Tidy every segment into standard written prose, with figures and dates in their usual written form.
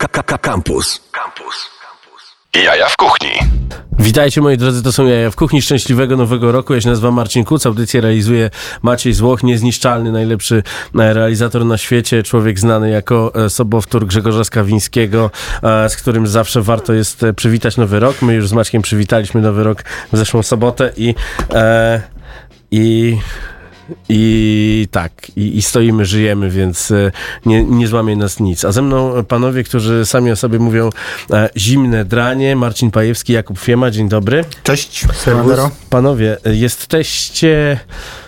Campus. Jaja w kuchni. Witajcie moi drodzy, to są Jaja w kuchni. Szczęśliwego Nowego Roku. Ja się nazywam Marcin Kuc. Audycję realizuje Maciej Złoch, niezniszczalny, najlepszy realizator na świecie. Człowiek znany jako sobowtór Grzegorza Skawińskiego, z którym zawsze warto jest przywitać Nowy Rok. My już z Maćkiem przywitaliśmy Nowy Rok w zeszłą sobotę i stoimy, żyjemy, więc nie złamie nas nic. A ze mną panowie, którzy sami o sobie mówią zimne dranie. Marcin Pajewski, Jakub Fiema, dzień dobry. Cześć, serwus. Panowie, jesteście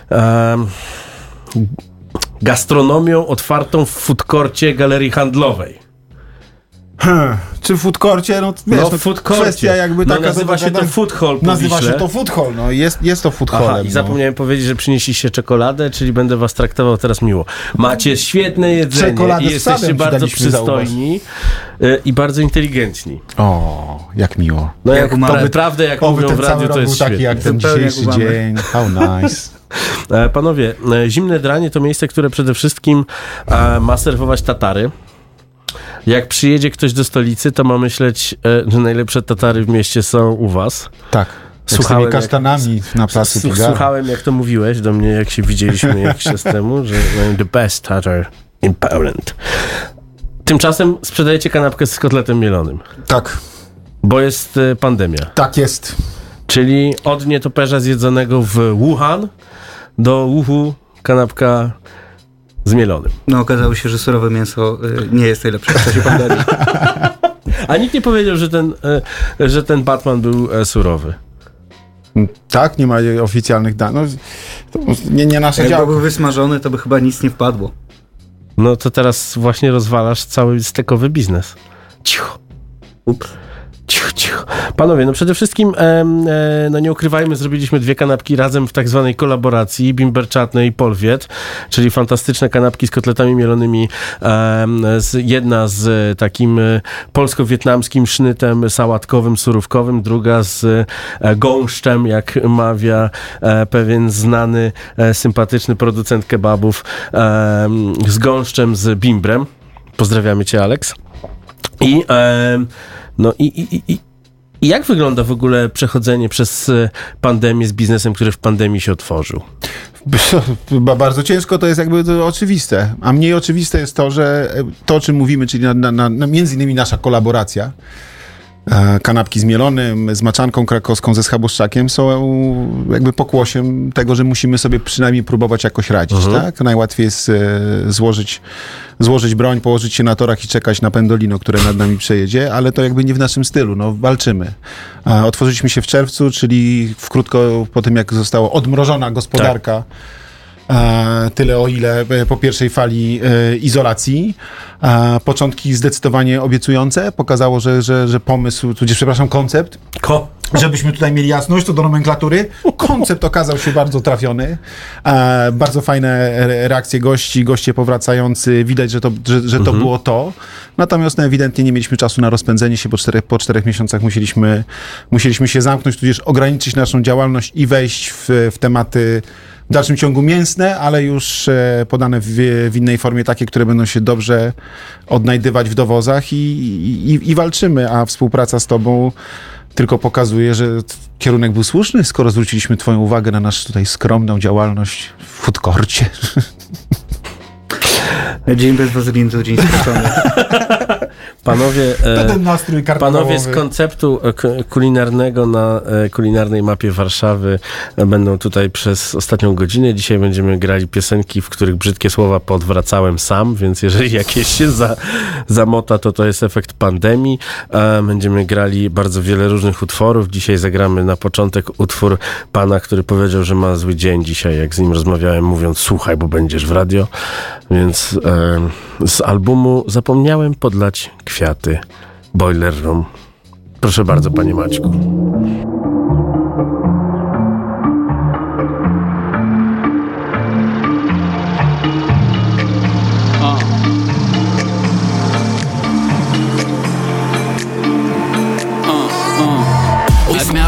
gastronomią otwartą w food courcie galerii handlowej. Czy w food courcie? No wiesz, w food courcie. Kwestia jakby taka... nazywa się to food hall po Nazywa Wiśle. się to food hall, no jest to food hallem. I zapomniałem powiedzieć, że przynieśliście czekoladę, czyli będę was traktował teraz miło. Macie świetne jedzenie Czekoladę i jesteście bardzo przystojni i bardzo inteligentni. O, jak miło. No jak naprawdę, jak mówią w radiu, to jest był taki jak ten dzisiejszy dzień. How nice. Panowie, zimne dranie to miejsce, które przede wszystkim ma serwować tatary. Jak przyjedzie ktoś do stolicy, to ma myśleć, że najlepsze tatary w mieście są u was. Tak. Słuchałem kasztanami na placu Pigalle. Słuchałem, jak to mówiłeś do mnie, jak się widzieliśmy jakiś czas temu, że the best tatar in Poland. Tymczasem sprzedajecie kanapkę z kotletem mielonym. Tak. Bo jest pandemia. Tak jest. Czyli od nietoperza zjedzonego w Wuhan do Wuhu kanapka z mielonym. No okazało się, że surowe mięso nie jest najlepsze w czasie pandemii. A nikt nie powiedział, że ten Batman był surowy. Tak, nie ma oficjalnych danych. To nie nasze Jakby działko. był wysmażony, to by chyba nic nie wpadło. No to teraz właśnie rozwalasz cały stekowy biznes. Cicho. Ups. Cicho. Panowie, no przede wszystkim, no nie ukrywajmy, zrobiliśmy dwie kanapki razem w tak zwanej kolaboracji, Bimber Chutney i Polwiet, czyli fantastyczne kanapki z kotletami mielonymi, jedna z takim polsko-wietnamskim sznytem sałatkowym, surówkowym, druga z gąszczem, jak mawia pewien znany, sympatyczny producent kebabów, z gąszczem z bimbrem. Pozdrawiamy cię, Alex. I jak wygląda w ogóle przechodzenie przez pandemię z biznesem, który w pandemii się otworzył? Bardzo ciężko, to jest jakby to oczywiste. A mniej oczywiste jest to, że to, o czym mówimy, czyli między innymi nasza kolaboracja, kanapki z mielonym, z maczanką krakowską, ze schaboszczakiem są jakby pokłosiem tego, że musimy sobie przynajmniej próbować jakoś radzić, tak? Najłatwiej jest złożyć broń, położyć się na torach i czekać na pendolino, które nad nami przejedzie, ale to jakby nie w naszym stylu, no walczymy. Otworzyliśmy się w czerwcu, czyli krótko po tym, jak została odmrożona gospodarka, tak. Tyle o ile po pierwszej fali izolacji. Początki zdecydowanie obiecujące. Pokazało, że pomysł, tudzież przepraszam, koncept, żebyśmy tutaj mieli jasność co do nomenklatury, koncept okazał się bardzo trafiony. Bardzo fajne reakcje goście powracający. Widać, że to było to. Natomiast ewidentnie nie mieliśmy czasu na rozpędzenie się. Po 4 miesiącach musieliśmy się zamknąć, tudzież ograniczyć naszą działalność i wejść w tematy w dalszym ciągu mięsne, ale już podane w innej formie, takie, które będą się dobrze odnajdywać w dowozach i walczymy, a współpraca z tobą tylko pokazuje, że kierunek był słuszny, skoro zwróciliśmy twoją uwagę na naszą tutaj skromną działalność w food courcie. Dzień bez wazeliny to dzień spocony. Panowie z konceptu kulinarnego na kulinarnej mapie Warszawy będą tutaj przez ostatnią godzinę. Dzisiaj będziemy grali piosenki, w których brzydkie słowa podwracałem sam, więc jeżeli jakieś się zamota, to jest efekt pandemii. Będziemy grali bardzo wiele różnych utworów. Dzisiaj zagramy na początek utwór pana, który powiedział, że ma zły dzień dzisiaj, jak z nim rozmawiałem, mówiąc słuchaj, bo będziesz w radio. Więc z albumu Zapomniałem podlać kwiaty, Boiler Room. Proszę bardzo, panie Maćku. Już miał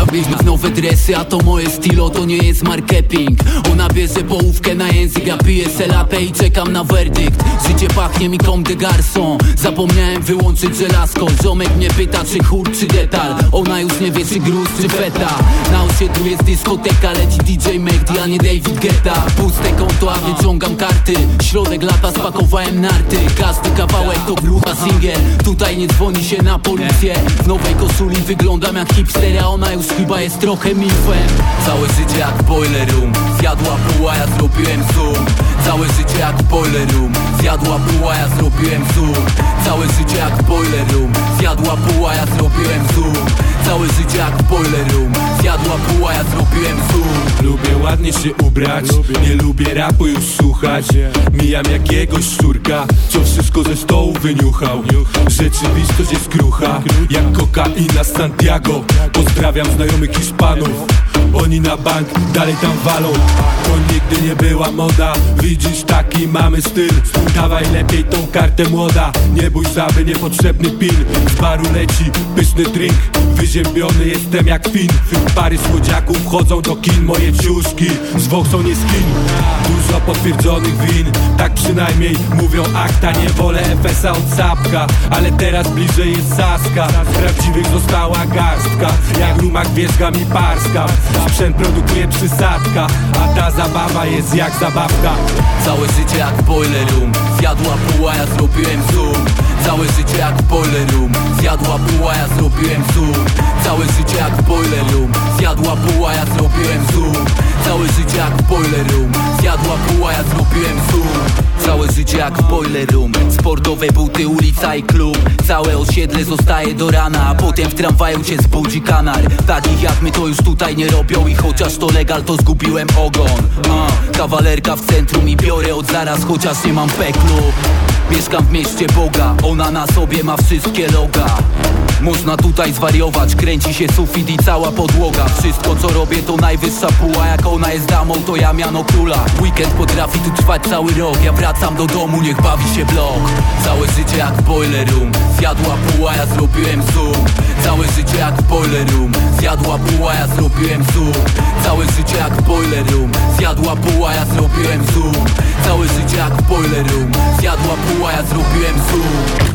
w nowe dresy, a to moje stylo, to nie jest marketing. Ona bierze połówkę na język, ja piję selapę i czekam na werdykt. Życie pachnie mi comme de garçon. Zapomniałem wyłączyć żelazko. Ziomek mnie pyta, czy chór, czy detal. Ona już nie wie, czy gruz, czy feta. Na osiedlu jest dyskoteka, leci DJ Mehdi, a nie David Guetta. Puste konto, a wyciągam karty. Środek lata, spakowałem narty. Każdy kawałek to gruba singiel. Tutaj nie dzwoni się na policję. W nowej koszuli wyglądam jak hipster, a ona już chyba jest trochę milfem. Całe życie jak boiler room. Zjadła pół, a ja zrobiłem zoom. Całe życie jak boiler room. Zjadła pół, a ja zrobiłem zoom. Całe życie jak boiler room. Zjadła pół, a ja zrobiłem zoom. Całe życie jak boiler room. Zjadła pół, a ja zrobiłem zoom. Lubię ładnie się ubrać, nie lubię rapu już słuchać. Mijam jakiegoś szczurka, co wszystko ze stołu wyniuchał. Rzeczywistość jest krucha, jak kokaina z Santiago. Pozdrawiam znajomych Hiszpanów. Oni na bank, dalej tam walą. To nigdy nie była moda. Widzisz, taki mamy styl. Dawaj lepiej tą kartę młoda. Nie bój zaby niepotrzebny pin. Z baru leci pyszny drink. Wyziębiony jestem jak Fin. Pary słodziaków wchodzą do kin. Moje ciuszki z Voxą nie skin. Dużo potwierdzonych win. Tak przynajmniej mówią akta. Nie wolę FS-a od Sapka, ale teraz bliżej jest Saska. Z prawdziwych została garstka. Jak rumak wierzga mi parska. Sprzęt produkuje przysadka, a ta zabawa jest jak zabawka. Całe życie jak boiler room. Zjadła pół, a ja zrobiłem zoom. Całe życie jak boiler room. Zjadła pół, a ja zrobiłem zoom. Całe życie jak boiler room. Zjadła pół, a ja zrobiłem zoom. Całe życie jak boiler room. Zjadła pół, a ja zrobiłem zoom. Całe życie jak boiler room. Sportowe buty, ulica i klub. Całe osiedle zostaje do rana, a potem w tramwaju cię zbudzi kanar. Takich jak my to już tutaj nie robią. I chociaż to legal, to zgubiłem ogon. Kawalerka w centrum i biorę od zaraz, chociaż nie mam peklu. Mieszkam w mieście Boga, ona na sobie ma wszystkie loga. Można tutaj zwariować, kręci się sufit i cała podłoga. Wszystko co robię to najwyższa puła. Jak ona jest damą, to ja miano króla. Weekend potrafi tu trwać cały rok. Ja wracam do domu, niech bawi się blok. Całe życie jak boiler room. Zjadła pół, a ja zrobiłem zoom. Całe życie jak boiler room. Zjadła pół, a ja zrobiłem zoom. Całe życie jak boiler room. Zjadła pół, a ja zrobiłem zoom. Całe życie jak boiler room. Zjadła pół, a ja zrobiłem zoom.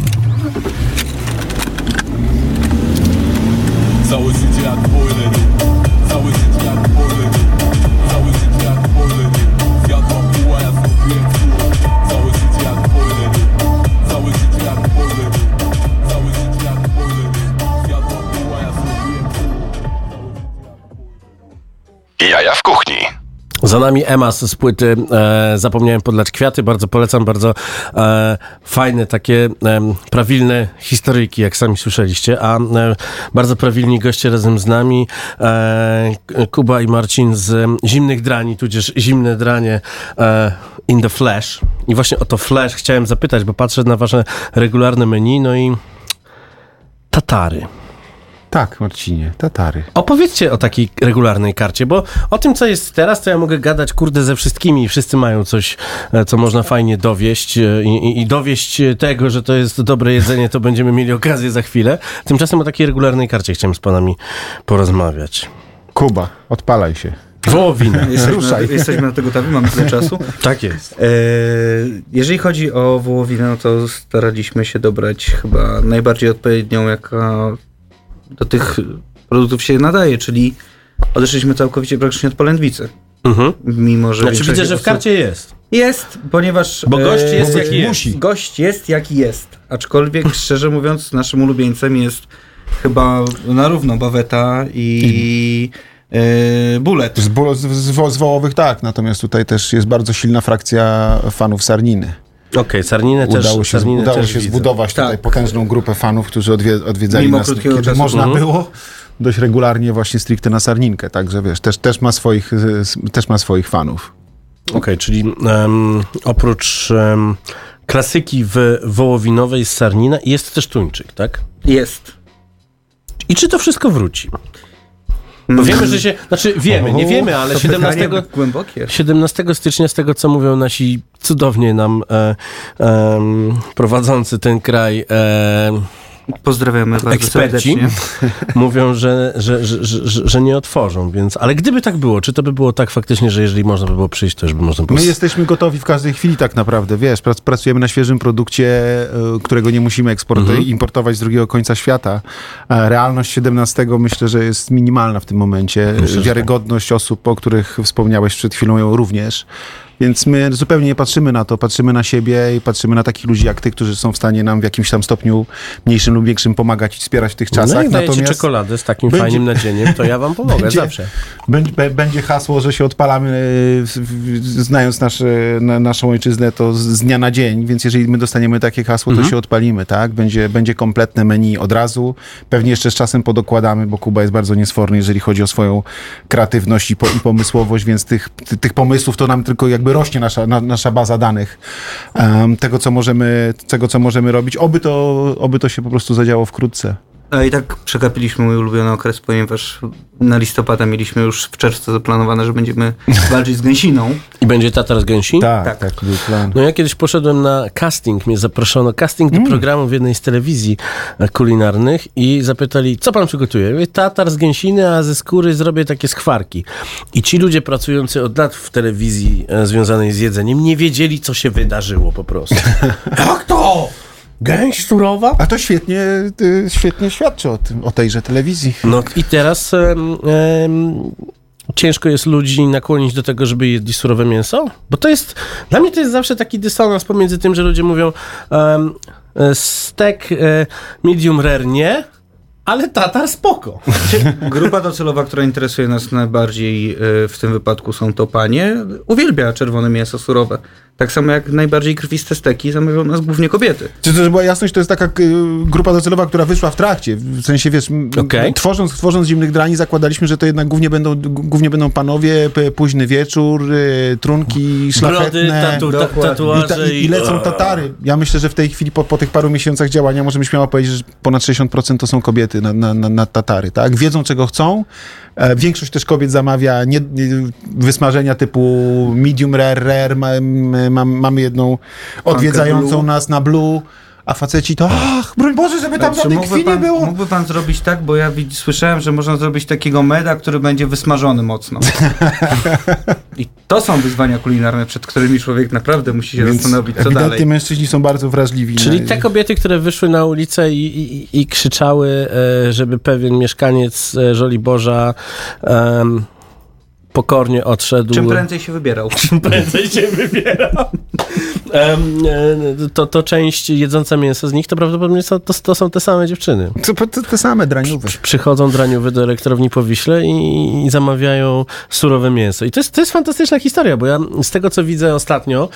Całe życie jak boiler room. Całe życie jak boiler room. Całe życie jak boiler room. Zjadła pół, a ja zrobiłem zoom. Całe życie jak boiler room. Całe życie jak boiler room. Całe życie jak boiler room. Zjadła pół, a ja zrobiłem zoom. Jaja w kuchni. Za nami Emas z płyty Zapomniałem podlać kwiaty. Bardzo polecam, bardzo fajne, takie prawilne historyjki, jak sami słyszeliście. A bardzo prawilni goście razem z nami. Kuba i Marcin z Zimnych Drani, tudzież Zimne Dranie in the Flash. I właśnie o to Flash chciałem zapytać, bo patrzę na wasze regularne menu, no i tatary. Tak, Marcinie, tatary. Opowiedzcie o takiej regularnej karcie, bo o tym, co jest teraz, to ja mogę gadać, kurde, ze wszystkimi. Wszyscy mają coś, co można fajnie dowieść i dowieść tego, że to jest dobre jedzenie, to będziemy mieli okazję za chwilę. Tymczasem o takiej regularnej karcie chciałem z panami porozmawiać. Kuba, odpalaj się. Wołowina. Jesteśmy na tego gotowi, mamy tyle czasu. Tak jest. Jeżeli chodzi o wołowinę, no to staraliśmy się dobrać chyba najbardziej odpowiednią, jaka do tych produktów się nadaje, czyli odeszliśmy całkowicie praktycznie od polędwicy. Mimo, że znaczy widzę, że w karcie jest. Jest, ponieważ bo gość jest jaki jest. Musi. Gość jest jaki jest. Aczkolwiek szczerze mówiąc naszym ulubieńcem jest chyba na równo baweta i bulet. Z wołowych tak, natomiast tutaj też jest bardzo silna frakcja fanów sarniny. Okej, sarninę też. Udało się zbudować tutaj potężną grupę fanów, którzy odwiedzali mimo nas, krótkiego kiedy czasu. można było, dość regularnie właśnie stricte na sarninkę, także wiesz, też ma swoich fanów. Okej, czyli oprócz klasyki wołowinowej z sarnina jest też tuńczyk, tak? Jest. I czy to wszystko wróci? Bo wiemy, że się... Znaczy wiemy, nie wiemy, ale 17 stycznia, z tego co mówią nasi cudownie nam prowadzący ten kraj Pozdrawiamy bardzo Eksperci serdecznie. mówią, że nie otworzą, więc... Ale gdyby tak było, czy to by było tak faktycznie, że jeżeli można by było przyjść, to już by można było... My jesteśmy gotowi w każdej chwili tak naprawdę, wiesz, pracujemy na świeżym produkcie, którego nie musimy importować z drugiego końca świata. Realność 17 myślę, że jest minimalna w tym momencie. Myślę, Wiarygodność osób, o których wspomniałeś przed chwilą, ją również. Więc my zupełnie nie patrzymy na to, patrzymy na siebie i patrzymy na takich ludzi jak ty, którzy są w stanie nam w jakimś tam stopniu mniejszym lub większym pomagać i wspierać w tych czasach. No jak dajecie czekoladę z takim fajnym nadzieniem, to ja wam pomogę zawsze. Będzie hasło, że się odpalamy, znając naszą ojczyznę, to z dnia na dzień, więc jeżeli my dostaniemy takie hasło, to się odpalimy, tak? Będzie kompletne menu od razu. Pewnie jeszcze z czasem podokładamy, bo Kuba jest bardzo niesforny, jeżeli chodzi o swoją kreatywność i pomysłowość, więc tych pomysłów to nam tylko jakby rośnie nasza baza danych tego, co możemy robić. Oby to się po prostu zadziało wkrótce. No i tak przegapiliśmy mój ulubiony okres, ponieważ na listopada mieliśmy już w czerwcu zaplanowane, że będziemy walczyć z gęsiną. I będzie tatar z gęsi? Tak, był plan. No ja kiedyś poszedłem na casting, mnie zaproszono, do programu w jednej z telewizji kulinarnych i zapytali, co pan przygotuje? Ja mówię, tatar z gęsiny, a ze skóry zrobię takie skwarki. I ci ludzie pracujący od lat w telewizji związanej z jedzeniem nie wiedzieli, co się wydarzyło po prostu. Jak to? Gęś surowa? A to świetnie świadczy o tejże telewizji. No i teraz ciężko jest ludzi nakłonić do tego, żeby jedli surowe mięso? Bo to jest, dla mnie to jest zawsze taki dysonans pomiędzy tym, że ludzie mówią steak medium rare nie, ale tatar spoko. Grupa docelowa, która interesuje nas najbardziej w tym wypadku są to panie, uwielbia czerwone mięso surowe. Tak samo jak najbardziej krwiste steki zamawiają nas głównie kobiety. Żeby była jasność, to jest taka grupa docelowa, która wyszła w trakcie. W sensie, wiesz, tworząc Zimnych Drani zakładaliśmy, że to jednak głównie będą panowie, późny wieczór, trunki szlachetne. Brody, tatuaże i lecą tatary. Ja myślę, że w tej chwili po tych paru miesiącach działania możemy śmiało powiedzieć, że ponad 60% to są kobiety na tatary, tak? Wiedzą, czego chcą. Większość też kobiet zamawia wysmażenia typu medium rare. Mamy jedną odwiedzającą nas na Blue, a faceci to broń Boże, żeby tam żadnej krwi nie było. Mógłby pan zrobić tak, bo ja słyszałem, że można zrobić takiego meda, który będzie wysmażony mocno. I to są wyzwania kulinarne, przed którymi człowiek naprawdę musi się zastanowić, co dalej. Ewidentnie mężczyźni są bardzo wrażliwi. Czyli te kobiety, które wyszły na ulicę i krzyczały, żeby pewien mieszkaniec Żoliborza pokornie odszedł. Czym prędzej się wybierał. To część jedząca mięso z nich to prawdopodobnie to są te same dziewczyny. Te same draniuwy. Przychodzą draniuwy do elektrowni po Wiśle i zamawiają surowe mięso. I to jest fantastyczna historia, bo ja z tego, co widzę ostatnio,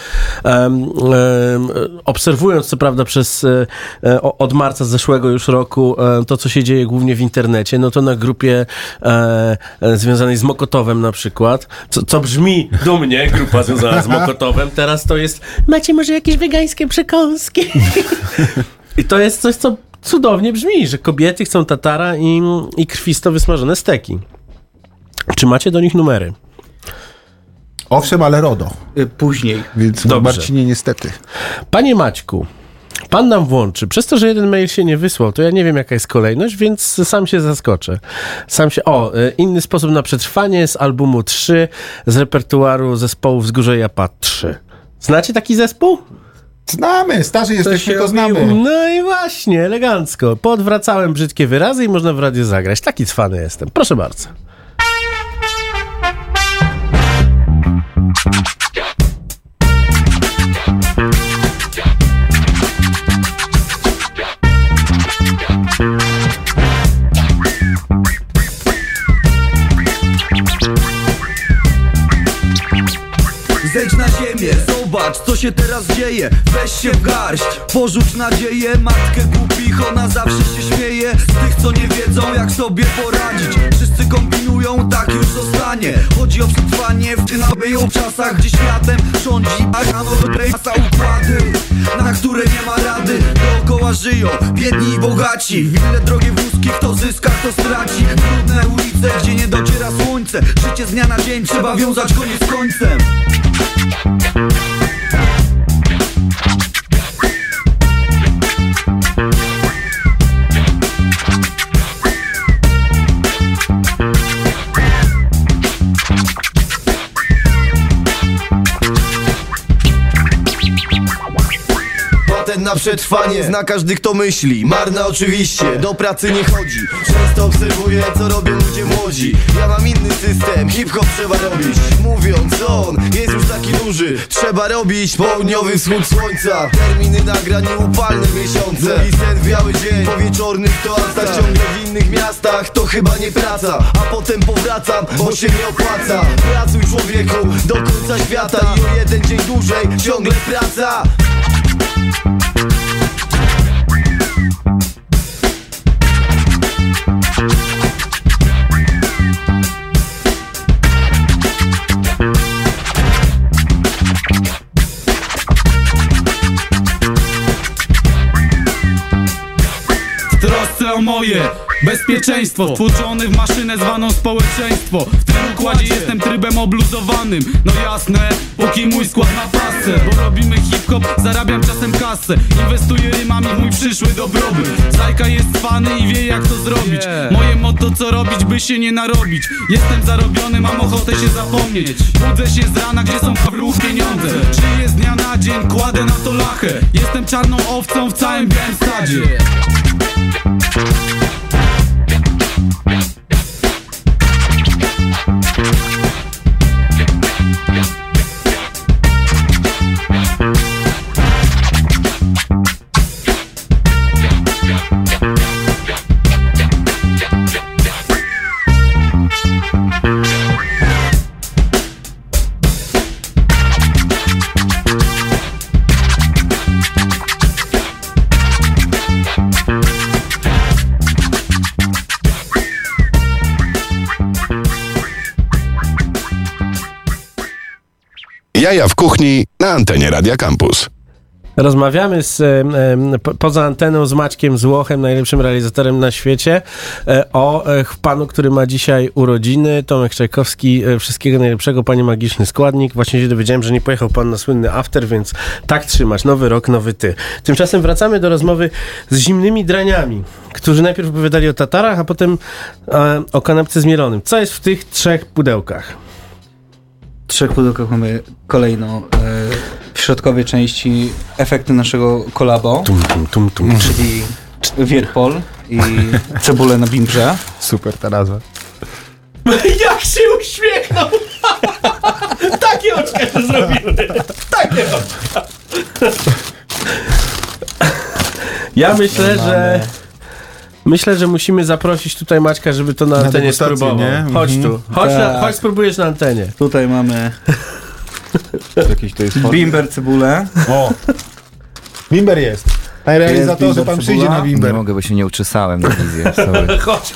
obserwując co prawda od marca zeszłego już roku to, co się dzieje głównie w internecie, no to na grupie związanej z Mokotowem na przykład, co brzmi dumnie, grupa związana z Mokotowem, teraz to jest, macie może jakieś wegańskie przekąski? I to jest coś, co cudownie brzmi, że kobiety chcą tatara i krwisto wysmażone steki. Czy macie do nich numery? Owszem, ale RODO. Później. Więc Marcinie niestety. Panie Maćku, pan nam włączy. Przez to, że jeden mail się nie wysłał, to ja nie wiem, jaka jest kolejność, więc sam się zaskoczę. Inny sposób na przetrwanie z albumu 3 z repertuaru zespołu Wzgórze Japa 3. Znacie taki zespół? Znamy, starzy jesteśmy, to znamy. No i właśnie, elegancko. Poodwracałem brzydkie wyrazy i można w radiu zagrać. Taki cwany jestem. Proszę bardzo. Zejdź na ziemię, zobacz co się teraz dzieje. Weź się w garść, porzuć nadzieję. Matkę głupich, ona zawsze się śmieje z tych co nie wiedzą jak sobie poradzić. Wszyscy kombinują, tak już zostanie. Chodzi o przetrwanie w tych czasach, gdzie światem rządzi masa układy, na które nie ma rady. Dookoła żyją biedni i bogaci. Wille, drogie wózki, kto zyska, kto straci. Brudne ulice, gdzie nie dociera słońce. Życie z dnia na dzień, trzeba wiązać koniec z końcem. przetrwanie zna każdy, kto myśli. Marna oczywiście, do pracy nie chodzi. Często obserwuję, co robią ludzie młodzi. Ja mam inny system, hip-hop trzeba robić. Mówiąc on, jest już taki duży. Trzeba robić południowy wschód słońca. Terminy nagrań i upalne miesiące. Mój sen w biały dzień, po wieczornych toastach. Ciągle w innych miastach, to chyba nie praca. A potem powracam, bo się nie opłaca. Pracuj człowieku, do końca świata. I o jeden dzień dłużej, ciągle praca. Trosce o moje bezpieczeństwo, wtłoczony w maszynę zwaną społeczeństwo. W tym układzie jestem trybem obluzowanym. No jasne, póki mój skład na pasce. Bo robimy hip-hop, zarabiam czasem kasę. Inwestuję rymami w mój przyszły dobrobyt. Zajka jest fany i wie jak to zrobić. Moje motto co robić, by się nie narobić. Jestem zarobiony, mam ochotę się zapomnieć. Budzę się z rana, gdzie są w ruch pieniądze. Żyję z dnia na dzień, kładę na to lachę. Jestem czarną owcą w całym białym stadzie. Jaja w kuchni na antenie Radia Campus. Rozmawiamy poza anteną z Maćkiem Złochem, najlepszym realizatorem na świecie, o panu, który ma dzisiaj urodziny. Tomek Czajkowski, wszystkiego najlepszego, panie magiczny składnik. Właśnie się dowiedziałem, że nie pojechał pan na słynny after, więc tak trzymać. Nowy rok, nowy ty. Tymczasem wracamy do rozmowy z zimnymi draniami, którzy najpierw opowiadali o tatarach, a potem o kanapce z mielonym. Co jest w tych 3 pudełkach? W 3 pudełkach mamy kolejno w środkowej części efekty naszego kolabo, czyli Wietpol i cebulę na bimbrze. Super ta nazwa. Jak się uśmiechnął! Takie oczka się zrobiły! Takie oczka! Ja myślę, że musimy zaprosić tutaj Maćka, żeby to na antenie spróbował. Nie? Chodź tu. Chodź spróbujesz na antenie. Tutaj mamy Jakiś to jest bimber, cebulę. O! Bimber jest. Panie realizatorze, pan przyjdzie na bimber. Nie mogę, bo się nie uczesałem na wizję. Chodź.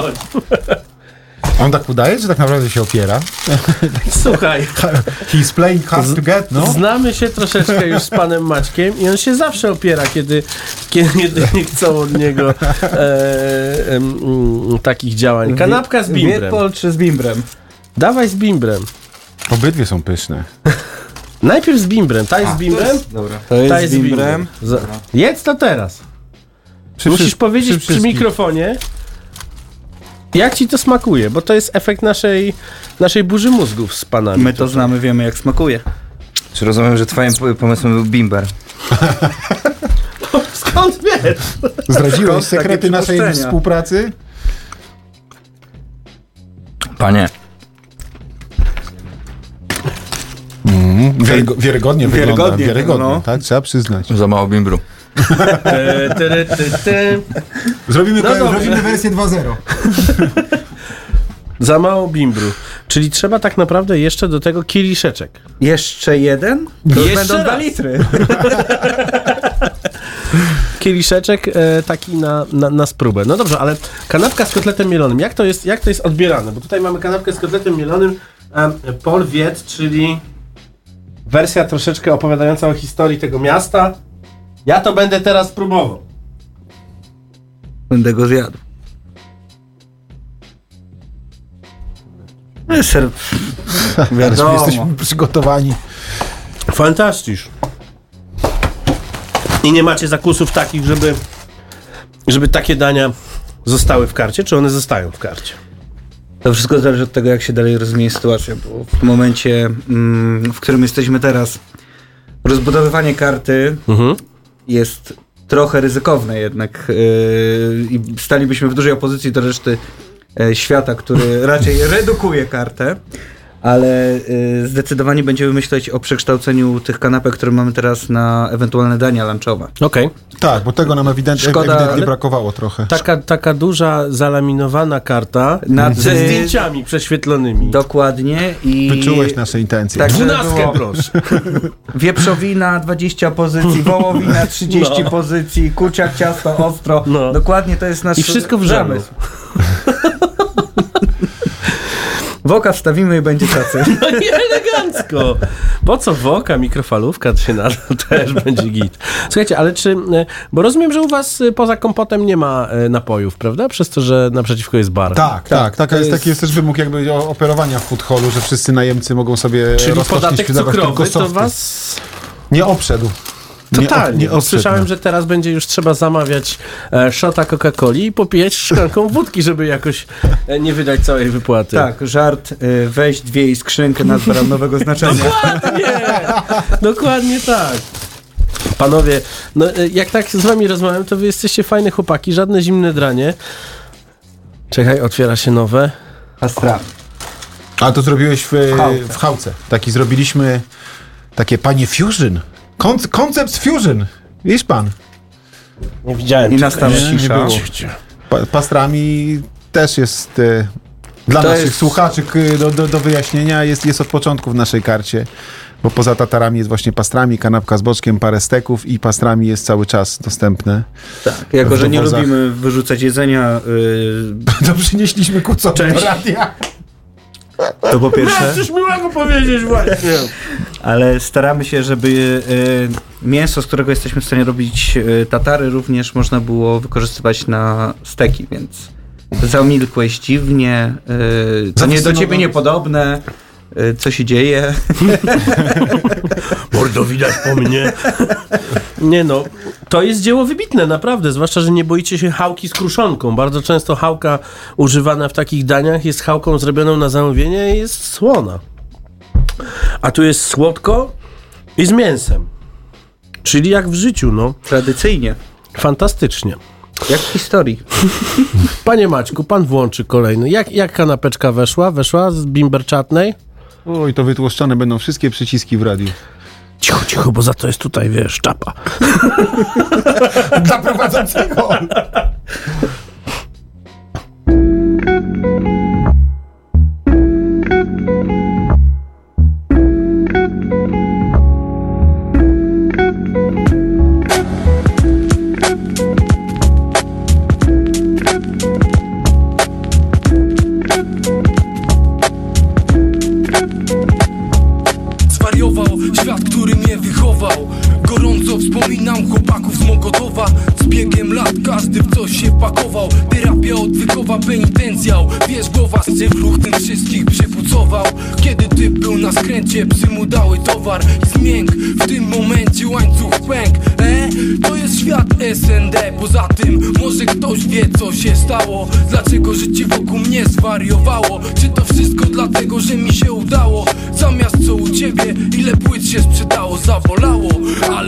On tak udaje, czy tak naprawdę się opiera? Słuchaj. He's playing hard to get, no? Znamy się troszeczkę już z panem Maćkiem i on się zawsze opiera, kiedy nie chcą od niego takich działań. Kanapka z bimbrem. Wietpol czy z bimbrem? Dawaj z bimbrem. Obydwie są pyszne. Najpierw z bimbrem. Ta jest z bimbrem? Dobra. To jest z bimbrem. Jedz to teraz. Musisz powiedzieć przy mikrofonie, jak ci to smakuje, bo to jest efekt naszej burzy mózgów z panami. My to znamy, wiemy jak smakuje. Czy rozumiem, że twoim pomysłem był bimber? Skąd wiesz? Zdradziłeś sekrety naszej współpracy? Panie. Wiarygodnie wygląda. Wiarygodnie, no. Tak? Trzeba przyznać. Za mało bimbru. Zrobimy wersję 2.0. Za mało bimbru. Czyli trzeba tak naprawdę jeszcze do tego kieliszeczek. Jeszcze jeden? To już będą 2 litry. Kieliszeczek taki na spróbę. No dobrze, ale kanapka z kotletem mielonym. Jak to jest odbierane? Bo tutaj mamy kanapkę z kotletem mielonym Paul Wiet, czyli wersja troszeczkę opowiadająca o historii tego miasta. Ja to będę teraz próbował. Będę go zjadł. Jesteśmy przygotowani. Fantastycznie. I nie macie zakusów takich, żeby takie dania zostały w karcie, czy one zostają w karcie? To wszystko zależy od tego, jak się dalej rozwinie sytuacja, bo w momencie, w którym jesteśmy teraz, rozbudowywanie karty jest trochę ryzykowne jednak i stalibyśmy w dużej opozycji do reszty świata, który raczej redukuje kartę, ale zdecydowanie będziemy myśleć o przekształceniu tych kanapek, które mamy teraz, na ewentualne dania lunchowe. Okej. Tak, bo tego nam ewidentnie brakowało trochę. Taka duża, zalaminowana karta ze zdjęciami prześwietlonymi. Dokładnie. I wyczułeś nasze intencje. Tak, 12, proszę. Wieprzowina 20 pozycji, wołowina 30 pozycji, kurczak, ciasto, ostro. No. Dokładnie to jest nasz I wszystko w zamysł. Woka wstawimy i będzie tacy. No i elegancko. Po co woka, mikrofalówka to się nada, też będzie git. Słuchajcie, ale bo rozumiem, że u was poza kompotem nie ma napojów, prawda? Przez to, że naprzeciwko jest bar. Tak. Taki jest też wymóg jakby operowania w food hallu, że wszyscy najemcy mogą sobie czyli podatek cukrowy tylko to was nie obszedł. Totalnie. Słyszałem, że teraz będzie już trzeba zamawiać shota Coca-Coli i popijać szklanką wódki, żeby jakoś nie wydać całej wypłaty. Tak, żart, weź 2 i skrzynkę nazwa nowego znaczenia. Dokładnie tak. Panowie, no jak tak z wami rozmawiam, to wy jesteście fajne chłopaki, żadne zimne dranie. Czekaj, otwiera się nowe. Astra. A to zrobiłeś w chałce. Taki zrobiliśmy, takie panie fusion. Concept fusion. Widzisz pan? Nie widziałem. I nastała cisza. Pastrami też jest dla naszych słuchaczy do wyjaśnienia jest od początku w naszej karcie, bo poza tatarami jest właśnie pastrami, kanapka z boczkiem, parę steków i pastrami jest cały czas dostępne. Tak, jako że nie lubimy wyrzucać jedzenia, to przynieśliśmy kucowę do radia. To po pierwsze. Coś miłego powiedzieć właśnie. Ale staramy się, żeby mięso, z którego jesteśmy w stanie robić tatary, również można było wykorzystywać na steki, więc zamilkłeś dziwnie, to nie do ciebie niepodobne, co się dzieje. Mordo, widać po mnie. Nie no, to jest dzieło wybitne, naprawdę, zwłaszcza, że nie boicie się chałki z kruszonką. Bardzo często chałka używana w takich daniach jest chałką zrobioną na zamówienie i jest słona. A tu jest słodko i z mięsem. Czyli jak w życiu, no. Tradycyjnie. Fantastycznie. Jak w historii. Panie Maćku, pan włączy kolejny. Jak kanapeczka weszła? Weszła z bimber czatnej? Oj, to wytłoszczone będą wszystkie przyciski w radiu. Cicho, bo za to jest tutaj, wiesz, czapa. Dla prowadzącego! Świat, który mnie wychował. Gorąco wspominam chłopaków z Mokotowa. Z biegiem lat każdy w coś się pakował. Terapia odwykowa, penitencjał. Wiesz, głowa z cyfruch tym wszystkich przypucował. Kiedy typ był na skręcie, psy mu dały towar i zmięk. W tym momencie łańcuch pęk. To jest świat SND. Poza tym może ktoś wie, co się stało. Dlaczego życie wokół mnie zwariowało? Czy to wszystko dlatego, że mi się udało? Zamiast co u ciebie, ile płyt się sprzedało, zabolało. Ale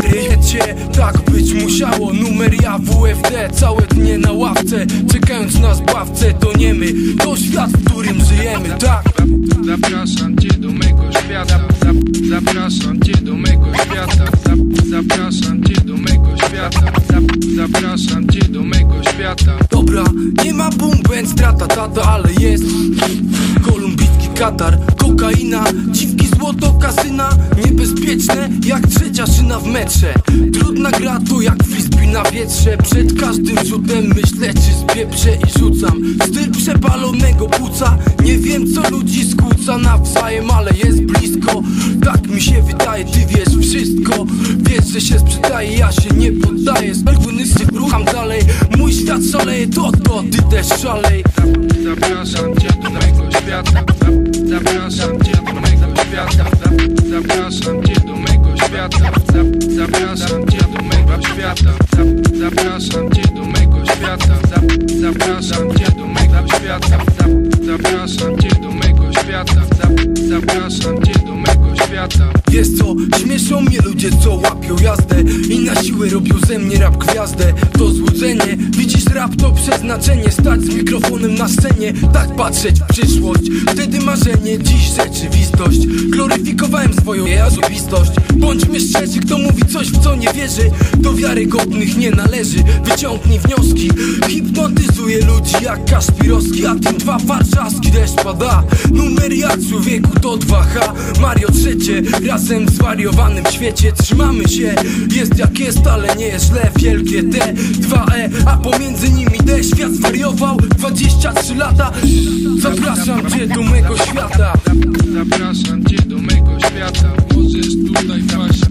cię, tak być musiało. Numer ja WFD, całe dnie na ławce, czekając na zbawcę. To nie my, to świat, w którym żyjemy, tak. Zapraszam cię do mego świata. Zapraszam cię do mego świata. Zapraszam cię do mego świata. Zapraszam cię do mego świata. Dobra, nie ma boom band, strata tata, ale jest kolumbijski Katar, kokaina, dziwki, złoto, kasyna. Niebezpieczne jak trzecia szyna w metrze. Trudna gra to jak frisbee na wietrze. Przed każdym rzutem myślę, czy spieprzę i rzucam. Styl przepalonego płuca. Nie wiem, co ludzi skłóca nawzajem, ale jest blisko. Tak mi się wydaje, ty wiesz wszystko. Wiesz, że się sprzedaje, ja się nie poddaję. Spelguny rucham dalej. Mój świat szaleje, to ty też szalej. Zapraszam cię do mego świata. Zapraszam cię do mego świata. Zapraszam cię do mego świata. Zapraszam cię do mego świata. Zapraszam cię do mego świata. Zapraszam cię do mego świata. Zapraszam cię do mego świata. Zapraszam cię do mego świata. świata. Wiesz co, śmieszą mnie ludzie, co łapią jazdę i na siłę robią ze mnie rap gwiazdę. To złudzenie, widzisz rap to przeznaczenie, stać z mikrofonem na scenie, tak patrzeć w przyszłość. Wtedy marzenie, dziś rzeczywistość. Gloryfikowałem swoją osobistość. Bądźmy szczerzy, kto mówi coś, w co nie wierzy, do wiarygodnych nie należy. Wyciągnij wnioski, hipnotyzuje ludzi jak Kaszpirowski, a tym 2 warszawski deszcz pada. Numer jak człowieku to 2H, Mario trzecie, razem w zwariowanym świecie. Trzymamy się, jest jak jest, ale nie jest źle. Wielkie D, 2E, a pomiędzy nimi D. Świat zwariował, 23 lata. Zapraszam cię do mego świata. Zapraszam cię do mego świata. Możesz tutaj wpaść.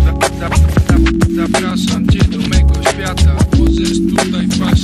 Zapraszam cię do mego świata. Możesz tutaj wpaść.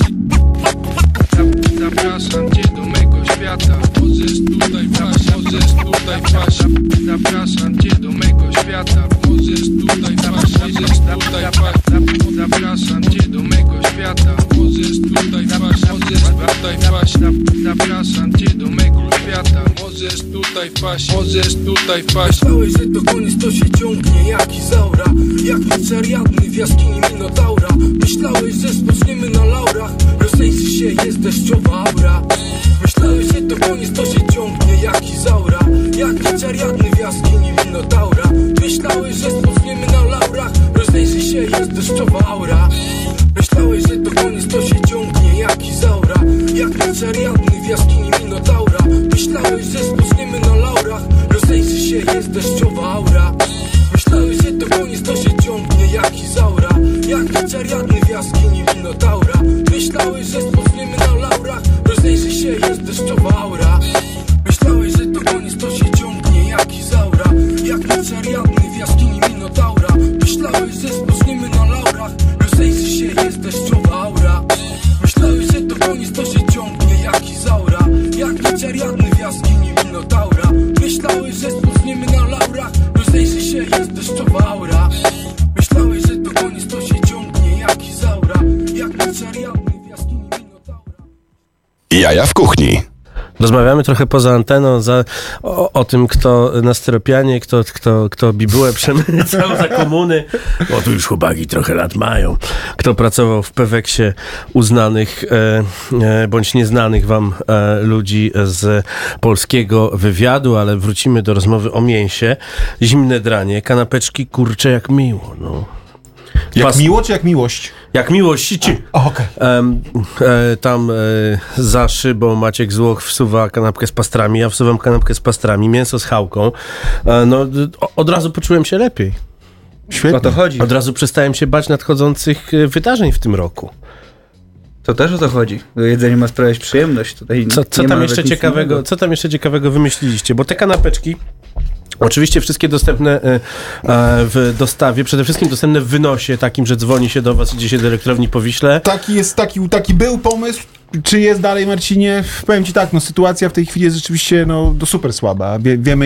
Zapraszam cię do mego świata. Możesz tutaj wpaść. Możesz tutaj wpaść. Zapraszam cię do mego świata. Możesz tutaj wpaść. Możesz tutaj wpaść. Zapraszam cię do mego świata. Możesz tutaj wpaść. Możesz tutaj wpaść. Zapraszam cię do mego świata. Możesz tutaj wpaść. Możesz tutaj wpaść. Myślałeś, że to koniec, to się ciągnie jak Izaura, jak miecz Ariadny w jaskini Minotaura. Myślałeś, że spoczniemy na laurach, rozejrzy się, jest deszczowa aura. Myślałeś, że to koniec, to się ciągnie jak Izaura, jak miecz Ariadny w jaskini Minotaura. Myślałeś, że spoczniemy na laurach, rozejrzy się, jest deszczowa aura. Myślałeś, że to koniec, to się ciągnie jak Izaura, jak miecz Ariadny w jaskini Minotaura. Myślałeś, że spoczniemy na laurach, rozejrzy się, jest deszczowa aura. Myślałeś, że to koniec, to się ciągnie jak Izaura, jak miecz Ariadny w jaskini Minotaura. Myślałeś, że spoczniemy na laurach, rozejrzy się, jest deszczowa aura. Myślałeś, że to koniec, to się ciągnie jak Izaura, jak miecz Ariadny w jaskini Minotaura. Myślałeś, że spoczniemy na laurach, rozejrzy się, jest deszczowa aura. Myślałeś, że to koniec, to się ciągnie jak Izaura, jak miecz Ariadny w jaskini Minotaura. Myślałeś, że spoczniemy na laurach, rozejrzy się, jest deszczowa aura. Myślałeś, że to koniec, to się ciągnie jak Izaura, jak miecz Ariadny w jaskini Minotaura. Jaja w kuchni. Rozmawiamy trochę poza anteną o tym, kto na styropianie, kto bibułę przemycał za komuny. Bo tu już chłopaki trochę lat mają. Kto pracował w Peweksie uznanych bądź nieznanych wam ludzi z polskiego wywiadu, ale wrócimy do rozmowy o mięsie. Zimne dranie, kanapeczki, kurcze jak miło. No. Jak miło czy jak miłość? Jak miłość ci. Okej. Tam za szybą Maciek Złoch wsuwa kanapkę z pastrami, ja wsuwam kanapkę z pastrami, mięso z chałką. Od razu poczułem się lepiej. Świetnie. O to chodzi. Od razu przestałem się bać nadchodzących wydarzeń w tym roku. To też o to chodzi. Jedzenie ma sprawiać przyjemność. Tutaj Co tam jeszcze ciekawego wymyśliliście? Bo te kanapeczki oczywiście wszystkie dostępne w dostawie, przede wszystkim dostępne w wynosie takim, że dzwoni się do was, idzie się do elektrowni po Wiśle. Taki był pomysł. Czy jest dalej, Marcinie? Powiem ci tak, sytuacja w tej chwili jest rzeczywiście super słaba. Wiemy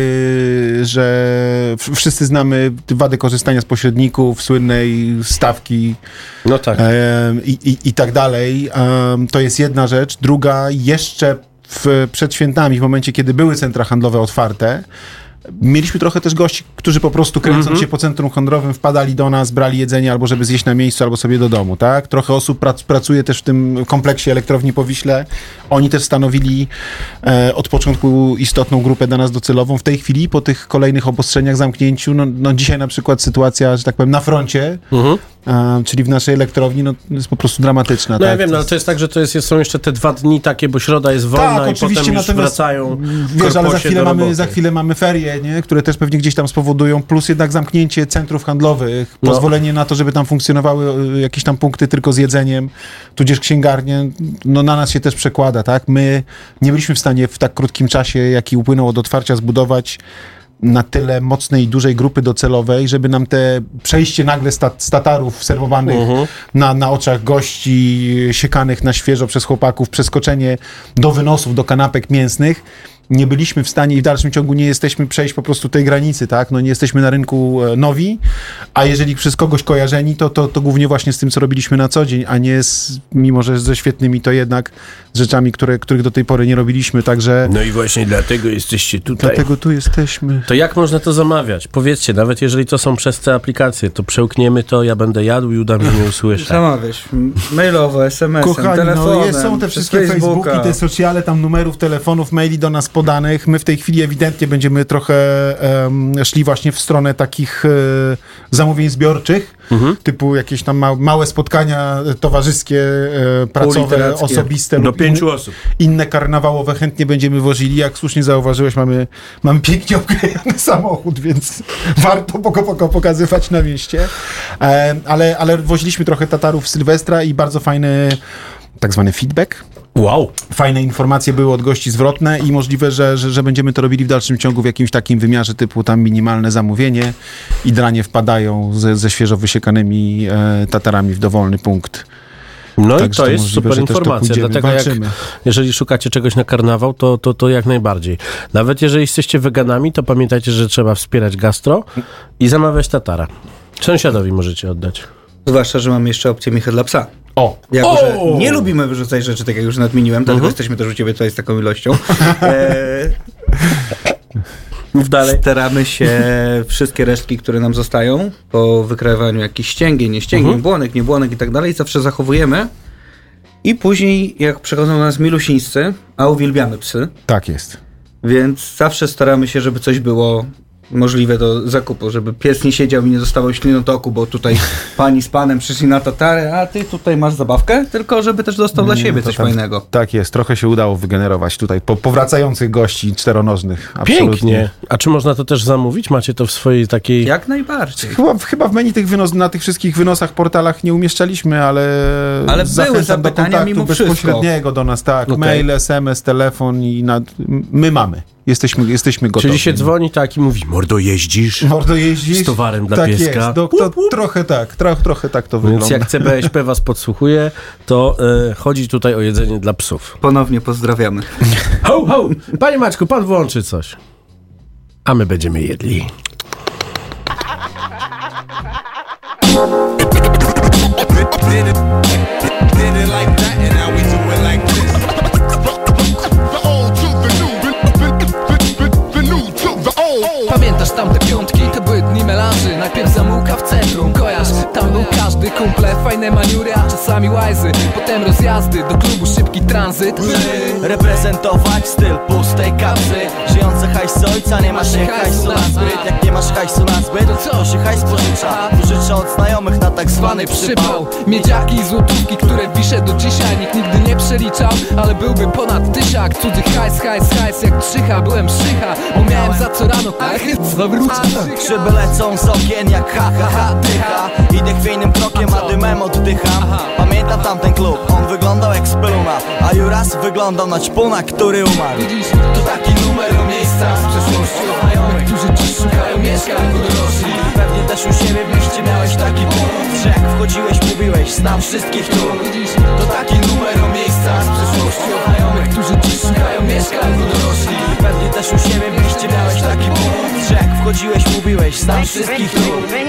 że wszyscy znamy wady korzystania z pośredników, słynnej stawki no tak. I tak dalej. To jest jedna rzecz. Druga, jeszcze przed świętami, w momencie, kiedy były centra handlowe otwarte, mieliśmy trochę też gości, którzy po prostu kręcąc się po centrum handlowym wpadali do nas, brali jedzenie albo żeby zjeść na miejscu, albo sobie do domu, tak? Trochę osób pracuje też w tym kompleksie elektrowni po Wiśle. Oni też stanowili od początku istotną grupę dla nas docelową. W tej chwili, po tych kolejnych obostrzeniach, zamknięciu, dzisiaj na przykład sytuacja, że tak powiem, na froncie, czyli w naszej elektrowni, jest po prostu dramatyczna. No tak? Ja wiem, ale to jest tak, że są jeszcze te 2 dni takie, bo środa jest wolna tak, i potem już wracają. Wiesz, ale za chwilę mamy ferie, nie? Które też pewnie gdzieś tam spowodują, plus jednak zamknięcie centrów handlowych, pozwolenie na to, żeby tam funkcjonowały jakieś tam punkty tylko z jedzeniem, tudzież księgarnie, na nas się też przekłada, tak? My nie byliśmy w stanie w tak krótkim czasie, jaki upłynął od otwarcia, zbudować na tyle mocnej, dużej grupy docelowej, żeby nam te przejście nagle z tatarów serwowanych na oczach gości, siekanych na świeżo przez chłopaków, przeskoczenie do wynosów, do kanapek mięsnych, nie byliśmy w stanie i w dalszym ciągu nie jesteśmy przejść po prostu tej granicy, tak? No nie jesteśmy na rynku nowi, a jeżeli przez kogoś kojarzeni, to głównie właśnie z tym, co robiliśmy na co dzień, a nie mimo że ze świetnymi, to jednak z rzeczami, których do tej pory nie robiliśmy, także... No i właśnie dlatego jesteście tutaj. Dlatego tu jesteśmy. To jak można to zamawiać? Powiedzcie, nawet jeżeli to są przez te aplikacje, to przełkniemy to, ja będę jadł i uda mi nie usłyszeć. Zamawiać. Mailowo, SMS-em, Kochani, telefonem, są te przez wszystkie Facebooka. Facebooki, te sociale, tam numerów telefonów, maili do nas podanych. My w tej chwili ewidentnie będziemy trochę szli właśnie w stronę takich zamówień zbiorczych, typu jakieś tam małe spotkania towarzyskie, pracowe, osobiste. Do 5 osób. Inne karnawałowe chętnie będziemy wozili. Jak słusznie zauważyłeś, mamy pięknie obklejony samochód, więc warto pokazywać na mieście. Ale woziliśmy trochę Tatarów w Sylwestra i bardzo fajny tak zwany feedback. Wow. Fajne informacje były od gości zwrotne i możliwe, że będziemy to robili w dalszym ciągu w jakimś takim wymiarze typu tam minimalne zamówienie i dranie wpadają ze świeżo wysiekanymi Tatarami w dowolny punkt. No tak, i to jest super informacja, dlatego jeżeli szukacie czegoś na karnawał, to jak najbardziej. Nawet jeżeli jesteście weganami, to pamiętajcie, że trzeba wspierać gastro i zamawiać Tatara. Sąsiadowi możecie oddać. Zwłaszcza, że mamy jeszcze opcję Michę dla psa. Jako, że nie lubimy wyrzucać rzeczy, tak jak już nadmieniłem, dlatego jesteśmy też u ciebie tutaj z taką ilością. Mów dalej. Staramy się wszystkie resztki, które nam zostają, po wykrawaniu jakichś ścięgień, błonek, niebłonek i tak dalej, zawsze zachowujemy. I później, jak przychodzą do nas milusińscy, a uwielbiamy psy. Tak jest. Więc zawsze staramy się, żeby coś było możliwe do zakupu, żeby pies nie siedział i nie dostawał ślinotoku, bo tutaj pani z panem przyszli na Tatary, a ty tutaj masz zabawkę, tylko żeby też dostał dla siebie coś fajnego. Tak jest, trochę się udało wygenerować tutaj powracających gości czteronożnych. Absolutnie. Pięknie. A czy można to też zamówić? Macie to w swojej takiej... Jak najbardziej. Chyba w menu na tych wszystkich wynosach, portalach nie umieszczaliśmy, ale były zapytania mimo bezpośredniego do nas, tak. Okay. Mail, SMS, telefon i my mamy. Jesteśmy gotowi. Czyli się dzwoni tak i mówi, mordo jeździsz z towarem dla pieska. Trochę tak to wygląda. Więc jak CBŚP was podsłuchuje, to chodzi tutaj o jedzenie dla psów. Ponownie pozdrawiamy. Ho, ho! Panie Maćku, pan włączy coś. A my będziemy jedli. Pamiętasz tamte piątki? To były dni melanży. Najpierw zamułka w centrum, kojarz, tam był każdy. Kumple, fajne maniury, a czasami łajzy. Potem rozjazdy, do klubu szybki tranzyt. Reprezentować styl pustej kapsy. Żyjące hajs ojca, nie masz się hajsu na zbyt. Jak nie masz hajsu na zbyt, to się hajs pożycza. Pożycza od znajomych na tak zwany przypał. Miedziaki i złotówki, które wiszę do dzisiaj. Nikt nigdy nie przeliczał, ale byłby ponad tysiak. Cudzy hajs, jak trzycha, byłem szycha. Bo miałem za co rano Szyby lecą z okien jak ha, dycha. Idę chwiejnym krokiem, a dymem oddycham. Pamiętam tamten klub, on wyglądał jak speluna, a Juras wyglądał na ćpuna, który umarł. To taki numer o miejscach z przeszłości, o znajomych, którzy dziś szukają mieszkań w dorośli. Pewnie też u siebie w mieście miałeś taki punkt, że jak wchodziłeś, mówiłeś, znam wszystkich tu. To taki numer o miejscach z przeszłości, o znajomych, którzy dziś szukają mieszkań w dorośli. Pewnie też u siebie w mieście miałeś taki punkt, że jak wchodziłeś, mówiłeś, znam wszystkich tu.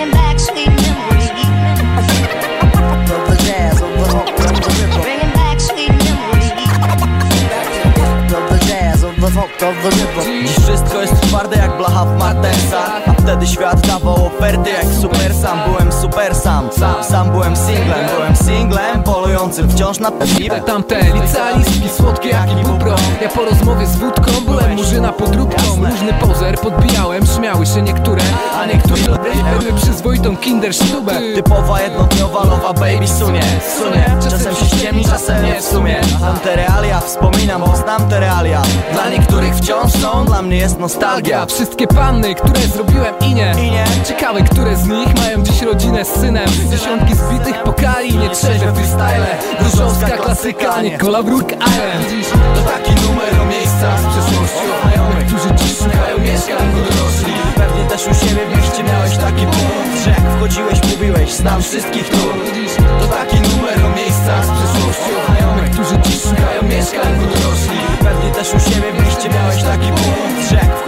Dziś wszystko jest twarde jak blacha w Martensa, a wtedy świat dawał oferty jak super sam. Byłem super sam byłem singlem, polującym wciąż na piwę. Tamte licealistki słodkie jak i bubro. Ja po rozmowie z wódką byłem murzyna podróbką. Różny pozer podbijałem, śmiały się niektóre, a niektórzy były przyzwoitą kindersztubę. Typowa jednodniowa lowa baby sunie. Czasem się ściemni, czasem nie w sumie. Znam te realia, wspominam, bo znam te realia. Dla niektórych wciąż są, dla mnie jest nostalgia. Wszystkie panny, które zrobiłem i nie. Ciekawe, które z nich mają dziś rodzinę z synem. Dziesiątki zbitych pokali, nie trzeźwe freestyle. Gruszowska klasyka, nie Cola Brook Island. To taki numer o miejscach z przeszłości, o znajomych, którzy dziś szukają mieszkań w dorośli. Pewnie też u siebie w mieście miałeś taki punkt, że jak wchodziłeś, mówiłeś, znam wszystkich tu. To taki numer o miejscach z przeszłości, o znajomych, którzy dziś szukają mieszkań w dorośli. Pewnie też u siebie w mieście miałeś taki punkt,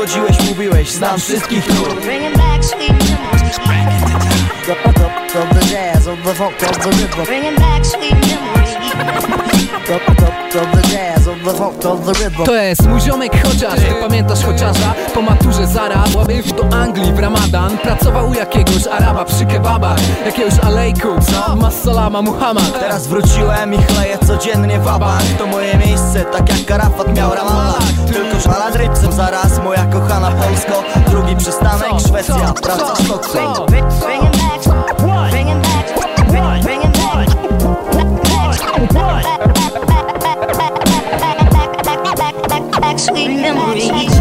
wchodziłeś, mówiłeś, znam wszystkich tu. Bringing back sweet memories. The jazz of the funk of the rhythm. Bringing back sweet memories. The jazz of the funk of the rhythm. To jest mój ziomek chociaż, ty pamiętasz chociaża? Po maturze zaraz łapił do Anglii w Ramadan. Pracował u jakiegoś Araba przy kebabach, jakiegoś alejkum, massalama Muhammad. Teraz wróciłem i chleję codziennie wabank. To moje miejsce, tak jak Arafat miał Ramallah. Tylko szalad rybcem zaraz, moja kochana Polsko. Drugi przystanek Szwecja, praca Sztokholm. Bringing back sweet memories.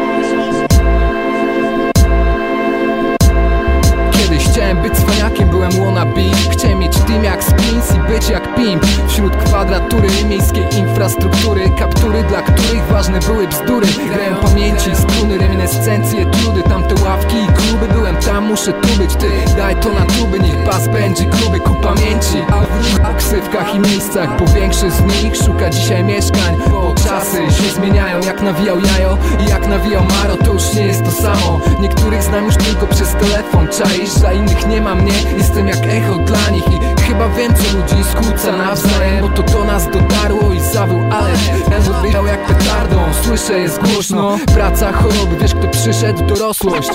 Kiedyś chciałem być cwaniakiem, byłem wannabe. Chciałem mieć team jak Spins i być jak Pimp. Wśród kwadratury miejskiej infrastruktury, kaptury, dla których ważne były bzdury. Grałem pamięci, struny, reminiscencje, trudy. Tamte ławki i kluby, byłem tam, muszę tu być. Ty, daj to na tuby, niech bas będzie gruby ku pamięci. A w ksywkach i miejscach, bo większość z nich szuka dzisiaj mieszkań. Bo czasy się zmieniają, jak nawijał jajo i jak nawijał Maro, to już nie jest to samo. Niektórych znam już tylko przez telefon, czaisz? Dla innych nie ma mnie, jestem jak echo dla nich. I chyba więcej ludzi skłóca nawzajem, bo to do nas dotarło i zawył alarm. Ten odbierał jak petardą, słyszę jest głośno. Praca, choroby, wiesz kto przyszedł, dorosłość.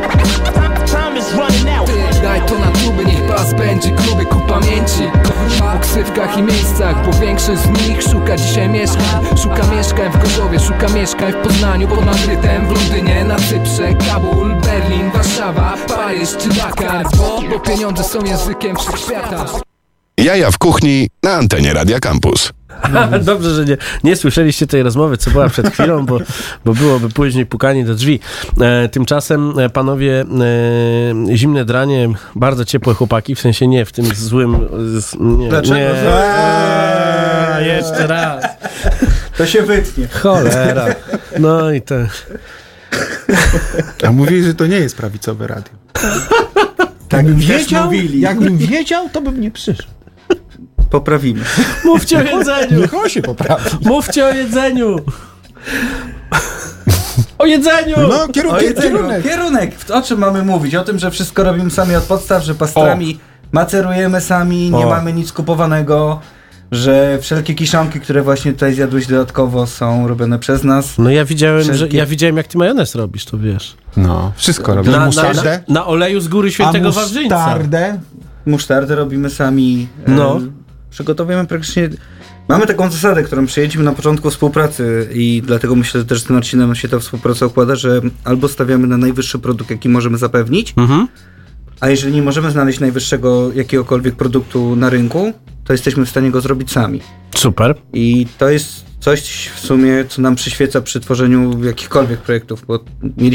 Ty, daj to na tuby, niech bas będzie gruby ku pamięci. Po ksywkach i miejscach, bo większość z nich szuka dzisiaj mieszkań. Szuka mieszkań w Gorzowie, szuka mieszkań w Poznaniu, pod Madrytem, w Londynie, na Cyprze, Kabul, Berlin, Warszawa, Paryż czy Dakar. Bo pieniądze są językiem wszechświata. Jaja w kuchni na antenie Radia Campus. Dobrze, że nie słyszeliście tej rozmowy, co była przed chwilą, bo byłoby później pukanie do drzwi. Tymczasem, panowie, zimne dranie, bardzo ciepłe chłopaki, w sensie nie w tym złym... Dlaczego? Jeszcze raz. To się wytnie. Cholera. No i to... A mówili, że to nie jest prawicowe radio. Tak Jakbym wiedział, to bym nie przyszedł. Poprawimy. Mówcie o jedzeniu. Niech on się poprawi. Mówcie o jedzeniu. O jedzeniu! No, Kierunek. O czym mamy mówić? O tym, że wszystko robimy sami od podstaw, że pastrami macerujemy sami, nie mamy nic kupowanego, że wszelkie kiszonki, które właśnie tutaj zjadłeś dodatkowo, są robione przez nas. No ja widziałem jak ty majonez robisz, to wiesz. No, wszystko robimy. Na oleju z góry świętego Wawrzyńca. Musztardę robimy sami. No. Przygotowujemy praktycznie... Mamy taką zasadę, którą przyjęliśmy na początku współpracy i dlatego myślę, że też z Marcinem się ta współpraca układa, że albo stawiamy na najwyższy produkt, jaki możemy zapewnić, a jeżeli nie możemy znaleźć najwyższego jakiegokolwiek produktu na rynku, to jesteśmy w stanie go zrobić sami. Super. I to jest coś w sumie, co nam przyświeca przy tworzeniu jakichkolwiek projektów, bo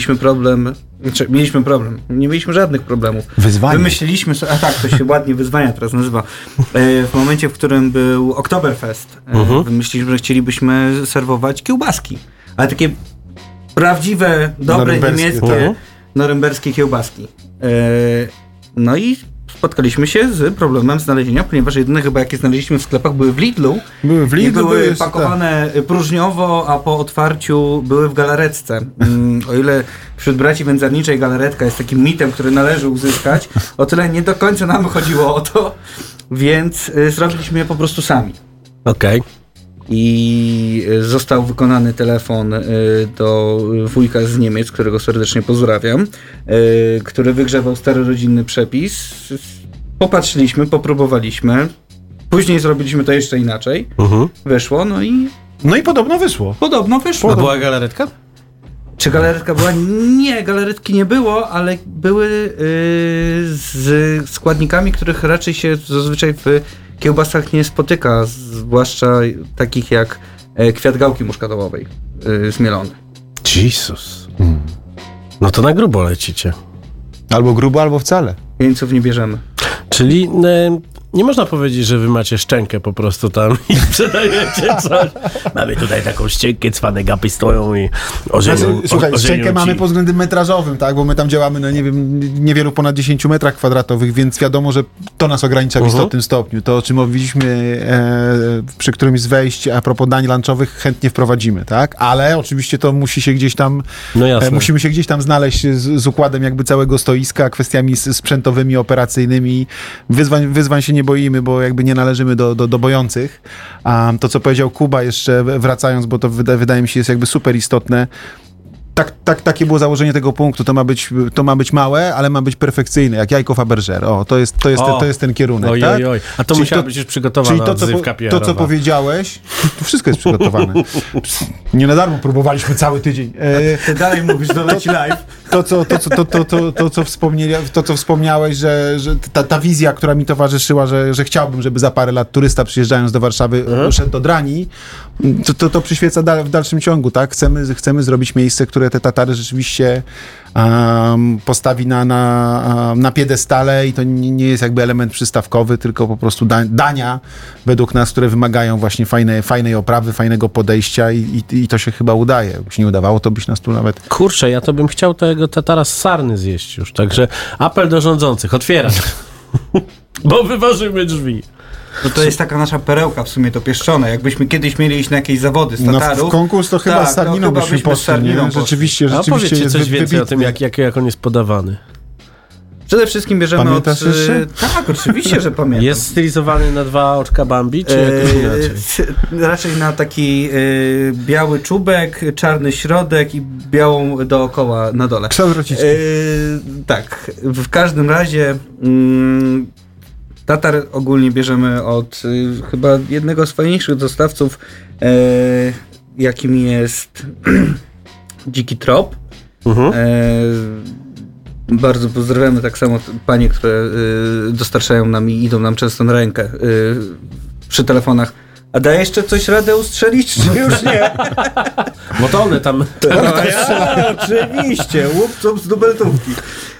nie mieliśmy żadnych problemów. Wyzwania. Wymyśliliśmy sobie, to się ładnie wyzwania teraz nazywa. W momencie, w którym był Oktoberfest, wymyśliliśmy, że chcielibyśmy serwować kiełbaski, ale takie prawdziwe, dobre niemieckie, norymberskie kiełbaski. No i spotkaliśmy się z problemem znalezienia, ponieważ jedyne chyba jakie znaleźliśmy w sklepach były w Lidlu. Były pakowane próżniowo, a po otwarciu były w galaretce. O ile wśród braci wędzarniczej galaretka jest takim mitem, który należy uzyskać, o tyle nie do końca nam chodziło o to, więc zrobiliśmy je po prostu sami. Okej. I został wykonany telefon do wujka z Niemiec, którego serdecznie pozdrawiam, który wygrzewał stary rodzinny przepis. Popatrzyliśmy, popróbowaliśmy, później zrobiliśmy to jeszcze inaczej. Wyszło, no i podobno wyszło. A była galaretka? Czy galaretka była? Nie, galaretki nie było, ale były z składnikami, których raczej się zazwyczaj w kiełbasach nie spotyka, zwłaszcza takich jak kwiat gałki muszkatołowej zmielony. Jezus. No to na grubo lecicie. Albo grubo, albo wcale. Jeńców nie bierzemy. Czyli nie można powiedzieć, że wy macie szczękę po prostu tam i sprzedajecie coś. Mamy tutaj taką szczękę, cwane gapy stoją i Słuchaj, szczękę mamy pod względem metrażowym, tak? Bo my tam działamy na, nie wiem, niewielu ponad 10 metrach kwadratowych, więc wiadomo, że to nas ogranicza w istotnym stopniu. To, o czym mówiliśmy przy którymś z wejść a propos dań lunchowych, chętnie wprowadzimy, tak? Ale oczywiście to musi się gdzieś tam, musimy się gdzieś tam znaleźć z układem jakby całego stoiska, kwestiami sprzętowymi, operacyjnymi. Wyzwań się nie boimy, bo jakby nie należymy do bojących. To, co powiedział Kuba jeszcze wracając, bo to wydaje mi się jest jakby super istotne. Takie było założenie tego punktu. To ma być małe, ale ma być perfekcyjne, jak jajko Fabergé. To jest ten kierunek. Oj, tak? oj, oj. A to musiała być już przygotowana odzywka to, co powiedziałeś, to wszystko jest przygotowane. Nie na darmo próbowaliśmy cały tydzień. Ty dalej mówisz, doleci live. To, co wspomniałeś, że ta wizja, która mi towarzyszyła, że chciałbym, żeby za parę lat turysta przyjeżdżając do Warszawy szedł do Drani, to przyświeca w dalszym ciągu, tak? Chcemy zrobić miejsce, które te Tatary rzeczywiście postawi na piedestale i to nie jest jakby element przystawkowy, tylko po prostu dania według nas, które wymagają właśnie fajnej oprawy, fajnego podejścia i to się chyba udaje. Jakby się nie udawało, to byś nas tu nawet... Kurczę, ja to bym chciał tego Tatara z Sarny zjeść już, także apel do rządzących, otwierać, bo wyważymy drzwi. No to jest taka nasza perełka w sumie, to pieszczone. Jakbyśmy kiedyś mieli iść na jakieś zawody z Tatarów... No w konkurs to chyba z Sarniną byśmy poszli, nie? Rzeczywiście A powiedzcie coś więcej o tym, jak on jest podawany. Przede wszystkim bierzemy Pamiętasz jeszcze? Tak, oczywiście, że pamiętam. Jest stylizowany na 2 oczka Bambi, czy jakoś inaczej? Raczej na taki biały czubek, czarny środek i białą dookoła na dole. Tak. W każdym razie Tatar ogólnie bierzemy od chyba jednego z fajniejszych dostawców, jakim jest Dziki Trop. Bardzo pozdrawiamy tak samo panie, które dostarczają nam i idą nam często na rękę przy telefonach. A da jeszcze coś radę ustrzelić, czy już nie? Bo to one tam... Oczywiście, łupców z dubeltówki.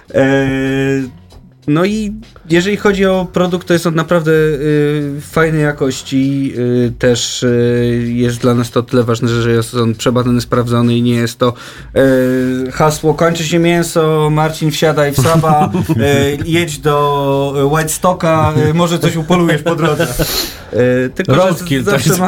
No i jeżeli chodzi o produkt, to jest on naprawdę fajnej jakości. Też jest dla nas to tyle ważne, że jest on przebadany, sprawdzony i nie jest to hasło kończy się mięso, Marcin wsiadaj w Saba, jedź do White Stocka, może coś upolujesz po drodze. Tylko, roadkill,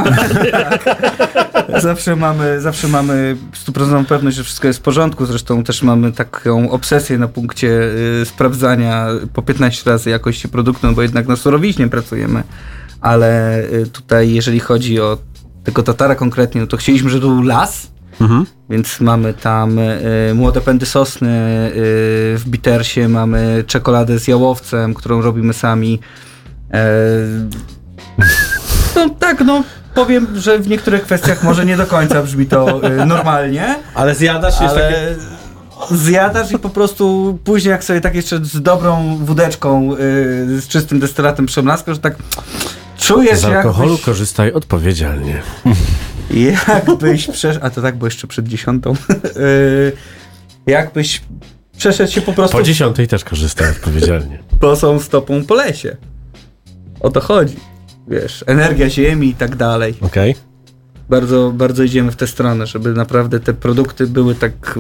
zawsze mamy 100% pewność, że wszystko jest w porządku. Zresztą też mamy taką obsesję na punkcie sprawdzania po 15 razy jakości produktu, no bo jednak na surowiźnie pracujemy. Ale tutaj, jeżeli chodzi o tego Tatara konkretnie, no to chcieliśmy, żeby to był las, więc mamy tam młode pędy sosny w bittersie, mamy czekoladę z jałowcem, którą robimy sami. No tak, no powiem, że w niektórych kwestiach może nie do końca brzmi to normalnie. Ale zjadasz jest takie... Zjadasz i po prostu później jak sobie tak jeszcze z dobrą wódeczką, z czystym destylatem przemlaskasz, że tak czujesz z alkoholu korzystaj odpowiedzialnie. Jakbyś przeszedł, a to tak było jeszcze przed 10. Jakbyś przeszedł się po prostu... Po 10 też korzystaj odpowiedzialnie. Bosą stopą po lesie. O to chodzi. Wiesz, energia ziemi i tak dalej. Okej. Bardzo, bardzo idziemy w tę stronę, żeby naprawdę te produkty były tak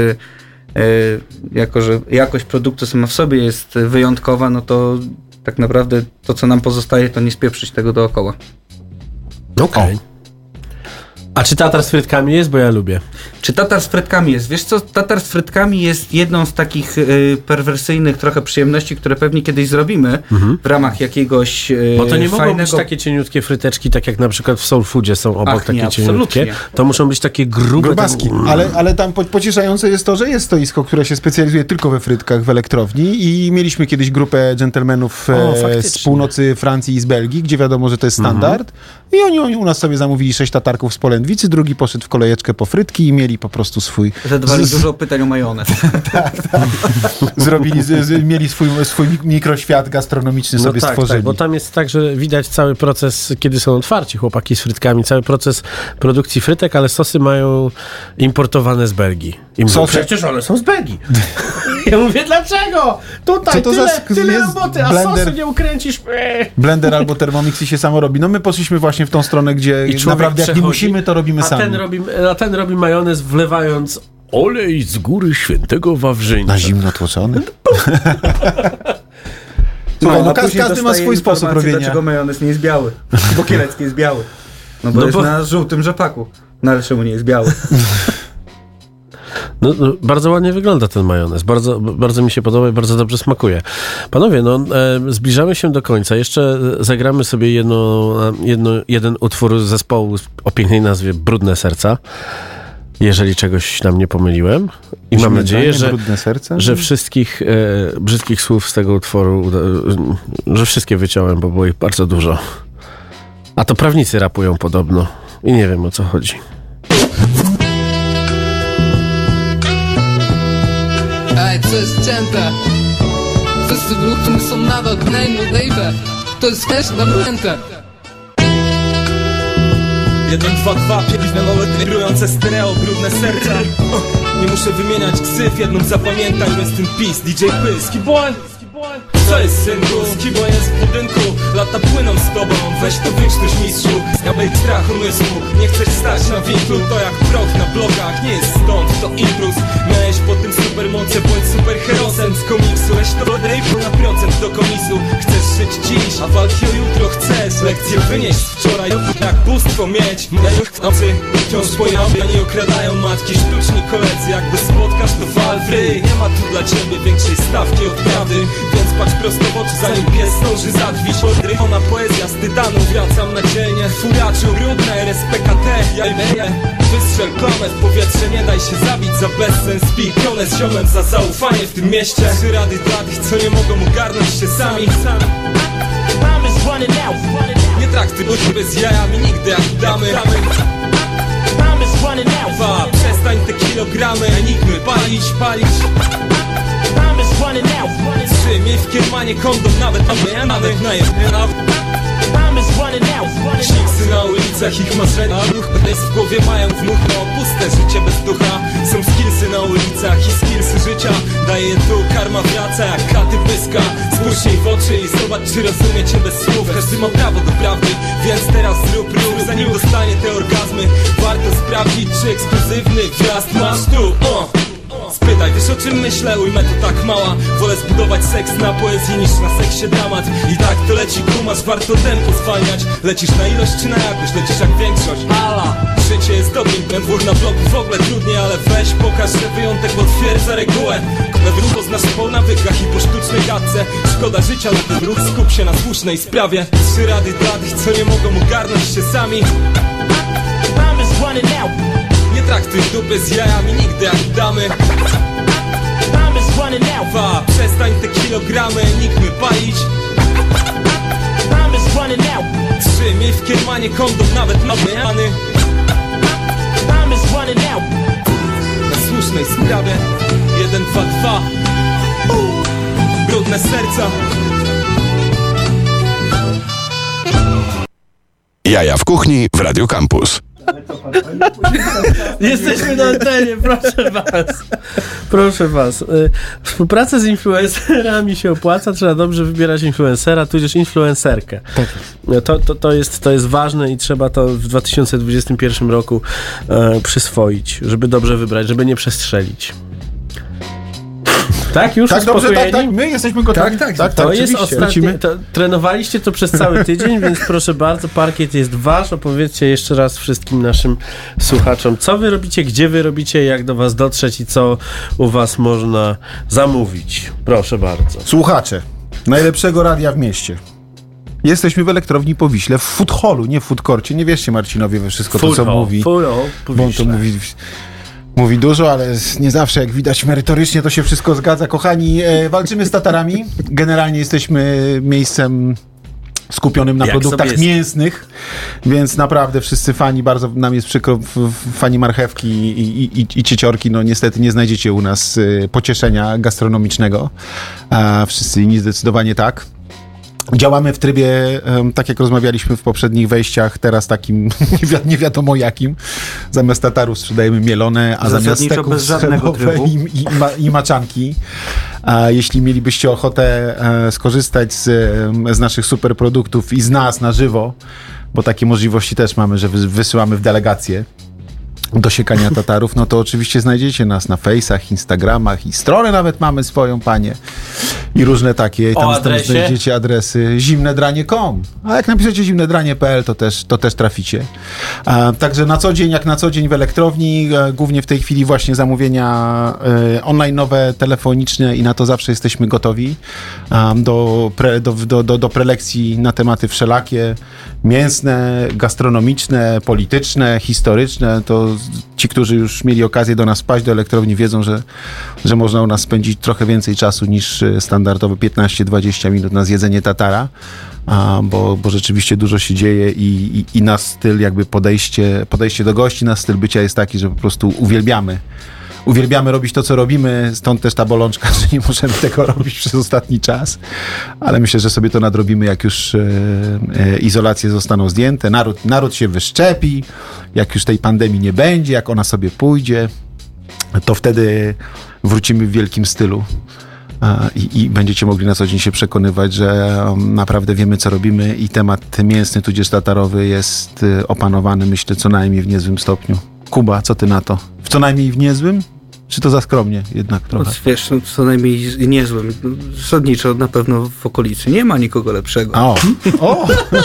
jako że jakość produktu sama w sobie jest wyjątkowa, no to tak naprawdę to, co nam pozostaje, to nie spieprzyć tego dookoła. Okej. A czy tatar z frytkami jest? Bo ja lubię. Czy tatar z frytkami jest? Wiesz co, tatar z frytkami jest jedną z takich perwersyjnych trochę przyjemności, które pewnie kiedyś zrobimy w ramach jakiegoś bo to nie fajnego... mogą być takie cieniutkie fryteczki, tak jak na przykład w Soul Foodzie są obok takie cieniutkie. Absolutnie. To muszą być takie grubaski. Ale tam pocieszające jest to, że jest stoisko, które się specjalizuje tylko we frytkach w elektrowni i mieliśmy kiedyś grupę dżentelmenów z północy Francji i z Belgii, gdzie wiadomo, że to jest standard i oni u nas sobie zamówili 6 tatarków z Polędwicy, drugi poszedł w kolejeczkę po frytki i mieli po prostu swój... Zadawali dużo pytań o majonez. tak. Mieli swój mikroświat gastronomiczny sobie stworzyli. Tak, bo tam jest tak, że widać cały proces, kiedy są otwarci chłopaki z frytkami, cały proces produkcji frytek, ale sosy mają importowane z Belgii. I mówię, przecież one są z Begi. Ja mówię, dlaczego? Tutaj tyle roboty, a sosy nie ukręcisz. Blender albo Thermomix i się samo robi. No my poszliśmy właśnie w tą stronę, gdzie naprawdę jak nie musimy, to robimy sami. A ten robi majonez wlewając olej z góry świętego Wawrzyńca. Na zimno tłoczony. Słuchaj, każdy ma swój sposób robienia. Dlaczego majonez nie jest biały? Bo kielecki jest biały. No bo jest na żółtym rzepaku. No ale czemu nie jest biały? No, bardzo ładnie wygląda ten majonez. Bardzo mi się podoba i bardzo dobrze smakuje. Panowie, zbliżamy się do końca. Jeszcze zagramy sobie jeden utwór zespołu o pięknej nazwie Brudne Serca. Jeżeli czegoś nam nie pomyliłem. I mam nadzieję, że wszystkich brzydkich słów z tego utworu, że wszystkie wyciąłem, bo było ich bardzo dużo. A to prawnicy rapują podobno. I nie wiem, o co chodzi. Ej, co jest cięte? Wszyscy w ruchu są nadal nejbe. To jest też nabręte. 1, 2, 2, 5 wybrujące stereo, brudne serca. Nie muszę wymieniać ksyw, jedną zapamiętaj, rest in peace, DJ Pysk. Co jest synku? Skibo jest w budynku, lata płyną z tobą. Weź to wykrztuś mistrzu, zgabej strach umysłu. Nie chcesz stać na winklu, to jak proch na blokach. Nie jest stąd, to impuls. Miałeś po tym supermoce, bądź superherosem z komiksu. Weź to odrejpu na procent do komisu. Chcesz żyć dziś, a walki o jutro chcesz. Lekcje wynieść z wczoraj, jak bóstwo mieć. Ja już w nocy wciąż pojawiani okradają matki. Sztuczni koledzy, jak go spotkasz to wal w ryj. Nie ma tu dla ciebie większej stawki od prawdy. Więc patrz prosto w oczy, zanim pies zdąży zadwić. Odrychona poezja z tytanu, wracam na dzielnie. Furaczu, brudna RSPKT, ja leję. Wystrzel klamę w powietrze, nie daj się zabić za bezsens. Pijkone z ziomem za zaufanie w tym mieście. 3 rady dla tych, co nie mogą ogarnąć się sami. Nie traktuj ludzi bez jajami, nigdy jak damy. Przestań te kilogramy, enigmy palić. 3, miej w kiermanie kondom, nawet na jedno. Śliksy na ulicach, ich marzenia jest w głowie, mają wnuk, no puste życie bez ducha. Są skillsy na ulicach i skillsy życia. Daje je tu, karma wraca jak katy pyska. Spójrz jej w oczy i zobacz, czy rozumie cię bez słów. Każdy ma prawo do prawdy, więc teraz zrób ruch, zanim dostanie te orgazmy. Warto sprawdzić, czy ekskluzywny wjazd masz tu. Spytaj, wiesz o czym myślę? Ujmę to tak mała. Wolę zbudować seks na poezji niż na seksie dramat. I tak to leci, kumasz, warto tempo zwalniać. Lecisz na ilość czy na jakość? Lecisz jak większość. Ala! Życie jest dobrym, ten dwór na bloku w ogóle trudniej. Ale weź, pokaż, że wyjątek potwierdza regułę. Wróg poznasz po nawykach i po sztucznej gadce. Szkoda życia na ten ruch, skup się na słusznej sprawie. 3 rady dla tych, co nie mogą ogarnąć się sami. Nie traktuj dupy z jajami, nigdy jak damy. 2, przestań te kilogramy, enigmy palić. 3, miej w kiermanie kondom, nawet nabrany. Na słusznej sprawie 1, 2, 2. Brudne serca. Jaja w kuchni w Radio Campus. Jesteśmy na antenie, proszę was. Współpraca z influencerami się opłaca, trzeba dobrze wybierać influencera, tudzież influencerkę. To jest ważne i trzeba to w 2021 roku przyswoić, żeby dobrze wybrać, żeby nie przestrzelić. Tak, już tak, dobrze, tak, my jesteśmy gotowi. Tak, to jest ostatnie. Trenowaliście to przez cały tydzień, więc proszę bardzo, parkiet jest wasz. Opowiedzcie jeszcze raz wszystkim naszym słuchaczom, co wy robicie, gdzie wy robicie, jak do was dotrzeć i co u was można zamówić. Proszę bardzo. Słuchacze, najlepszego radia w mieście. Jesteśmy w Elektrowni po Wiśle, w food hallu, nie w food courcie. Nie wierzcie Marcinowi we wszystko to, co mówi. Bo on to mówi dużo, ale nie zawsze, jak widać, merytorycznie to się wszystko zgadza. Kochani, walczymy z Tatarami. Generalnie jesteśmy miejscem skupionym na produktach mięsnych, więc naprawdę wszyscy fani, bardzo nam jest przykro, fani marchewki i cieciorki, no niestety nie znajdziecie u nas pocieszenia gastronomicznego. A wszyscy inni zdecydowanie tak. Działamy w trybie, tak jak rozmawialiśmy w poprzednich wejściach, teraz takim nie wiadomo jakim. Zamiast tatarów sprzedajemy mielone, a zamiast steków schabowe i maczanki. A jeśli mielibyście ochotę skorzystać z naszych super produktów i z nas na żywo, bo takie możliwości też mamy, że wysyłamy w delegację do siekania tatarów, no to oczywiście znajdziecie nas na Face'ach, Instagramach i stronę nawet mamy swoją, panie. I różne takie. I tam znajdziecie adresy zimnedranie.com. A jak napiszecie zimnedranie.pl, to też traficie. Także na co dzień, jak na co dzień w elektrowni, głównie w tej chwili właśnie zamówienia online'owe, telefoniczne i na to zawsze jesteśmy gotowi. Do prelekcji na tematy wszelakie, mięsne, gastronomiczne, polityczne, historyczne. To ci, którzy już mieli okazję do nas wpaść do elektrowni, wiedzą, że można u nas spędzić trochę więcej czasu niż standardowe 15-20 minut na zjedzenie tatara, bo rzeczywiście dużo się dzieje i nasz styl, jakby podejście do gości, nasz styl bycia jest taki, że po prostu uwielbiamy robić to, co robimy, stąd też ta bolączka, że nie możemy tego robić przez ostatni czas, ale myślę, że sobie to nadrobimy, jak już izolacje zostaną zdjęte, naród się wyszczepi, jak już tej pandemii nie będzie, jak ona sobie pójdzie, to wtedy wrócimy w wielkim stylu. I będziecie mogli na co dzień się przekonywać, że naprawdę wiemy, co robimy i temat mięsny, tudzież tatarowy jest opanowany, myślę, co najmniej w niezłym stopniu. Kuba, co ty na to? W co najmniej w niezłym? Czy to za skromnie jednak trochę? Wiesz, co najmniej niezłym. Zasadniczo na pewno w okolicy nie ma nikogo lepszego. O!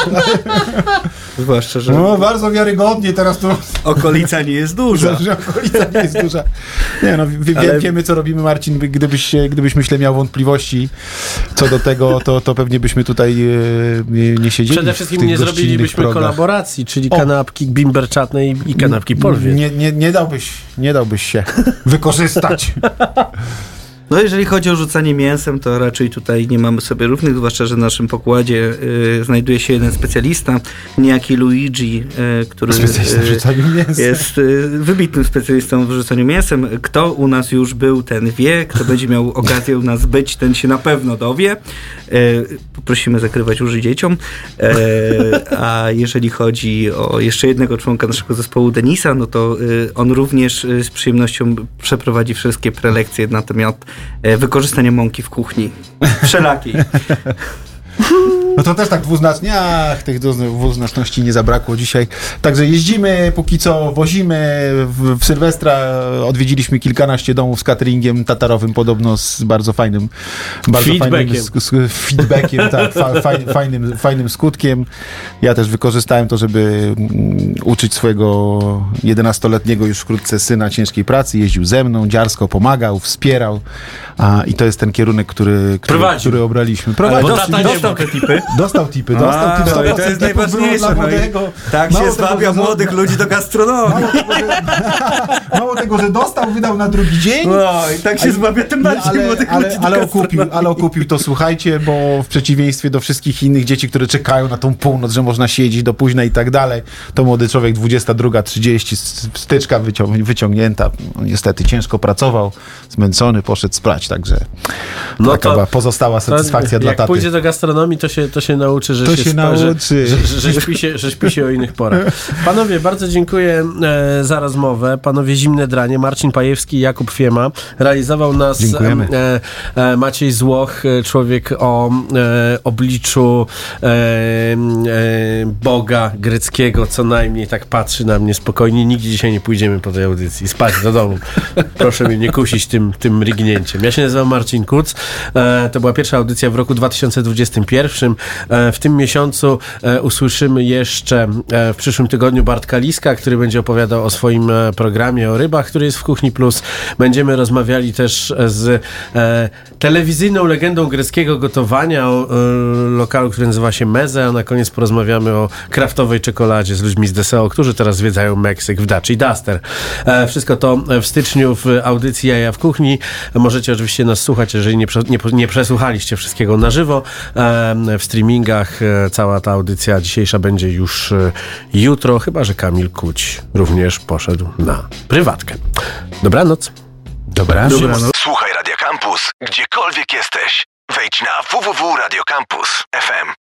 Zwłaszcza, że... No, bardzo wiarygodnie teraz to... Okolica nie jest duża. Okolica nie jest duża. Nie no, wiemy, co robimy, Marcin. Gdybyś myślę miał wątpliwości co do tego, to pewnie byśmy tutaj nie siedzieli. Przede wszystkim nie zrobilibyśmy kolaboracji, czyli kanapki bimberczatne i kanapki polwie. Nie dałbyś się wykorzystać. No jeżeli chodzi o rzucanie mięsem, to raczej tutaj nie mamy sobie równych, zwłaszcza, że w naszym pokładzie znajduje się jeden specjalista, niejaki Luigi, który jest wybitnym specjalistą w rzucaniu mięsem. Kto u nas już był, ten wie. Kto będzie miał okazję u nas być, ten się na pewno dowie. Poprosimy zakrywać uszy dzieciom. A jeżeli chodzi o jeszcze jednego członka naszego zespołu, Denisa, no to on również z przyjemnością przeprowadzi wszystkie prelekcje na temat wykorzystania mąki w kuchni. Wszelakiej. No to też tak dwuznacznie, tych dwuznaczności nie zabrakło dzisiaj. Także jeździmy, póki co wozimy. W Sylwestra odwiedziliśmy kilkanaście domów z cateringiem tatarowym, podobno z bardzo fajnym feedbackiem, tak, fajnym skutkiem. Ja też wykorzystałem to, żeby uczyć swojego 11-letniego już wkrótce syna ciężkiej pracy. Jeździł ze mną, dziarsko pomagał, wspierał. I to jest ten kierunek, który obraliśmy. Dostał te tipy. Dostał tipy. To jest najważniejsze. Tak się zwabia młodych ludzi do gastronomii. Mało tego, że dostał, wydał na drugi dzień. No i tak się zwabia tym bardziej młodych ludzi do gastronomii. Ale okupił to, słuchajcie, bo w przeciwieństwie do wszystkich innych dzieci, które czekają na tą północ, że można siedzieć do późna i tak dalej, to młody człowiek 22:30, wstyczka wyciągnięta. Niestety ciężko pracował, zmęczony, poszedł sprać, także taka pozostała satysfakcja dla taty. Jak pójdzie do gastronomii, to się nauczy, że śpi się o innych porach. Panowie, bardzo dziękuję za rozmowę. Panowie Zimne Dranie, Marcin Pajewski i Jakub Fiema. Realizował nas Maciej Złoch, człowiek o obliczu Boga greckiego, co najmniej tak patrzy na mnie spokojnie. Nigdzie dzisiaj nie pójdziemy po tej audycji. Spać do domu. Proszę mnie nie kusić tym rygnięciem. Ja się nazywam Marcin Kuc. To była pierwsza audycja w roku 2021. W tym miesiącu usłyszymy jeszcze w przyszłym tygodniu Bartka Liska, który będzie opowiadał o swoim programie o rybach, który jest w Kuchni Plus. Będziemy rozmawiali też z telewizyjną legendą greckiego gotowania, o lokalu, który nazywa się Meze, a na koniec porozmawiamy o kraftowej czekoladzie z ludźmi z Deseo, którzy teraz zwiedzają Meksyk w Daci Duster. Wszystko to w styczniu w audycji Jaja w Kuchni. Możecie oczywiście nas słuchać, jeżeli nie przesłuchaliście wszystkiego na żywo. W streamingach cała ta audycja dzisiejsza będzie już jutro, chyba że Kamil Kuć również poszedł na prywatkę. Dobranoc. Dobranoc. Słuchaj Radia Campus, gdziekolwiek jesteś. wejdź na www.radiocampus.fm.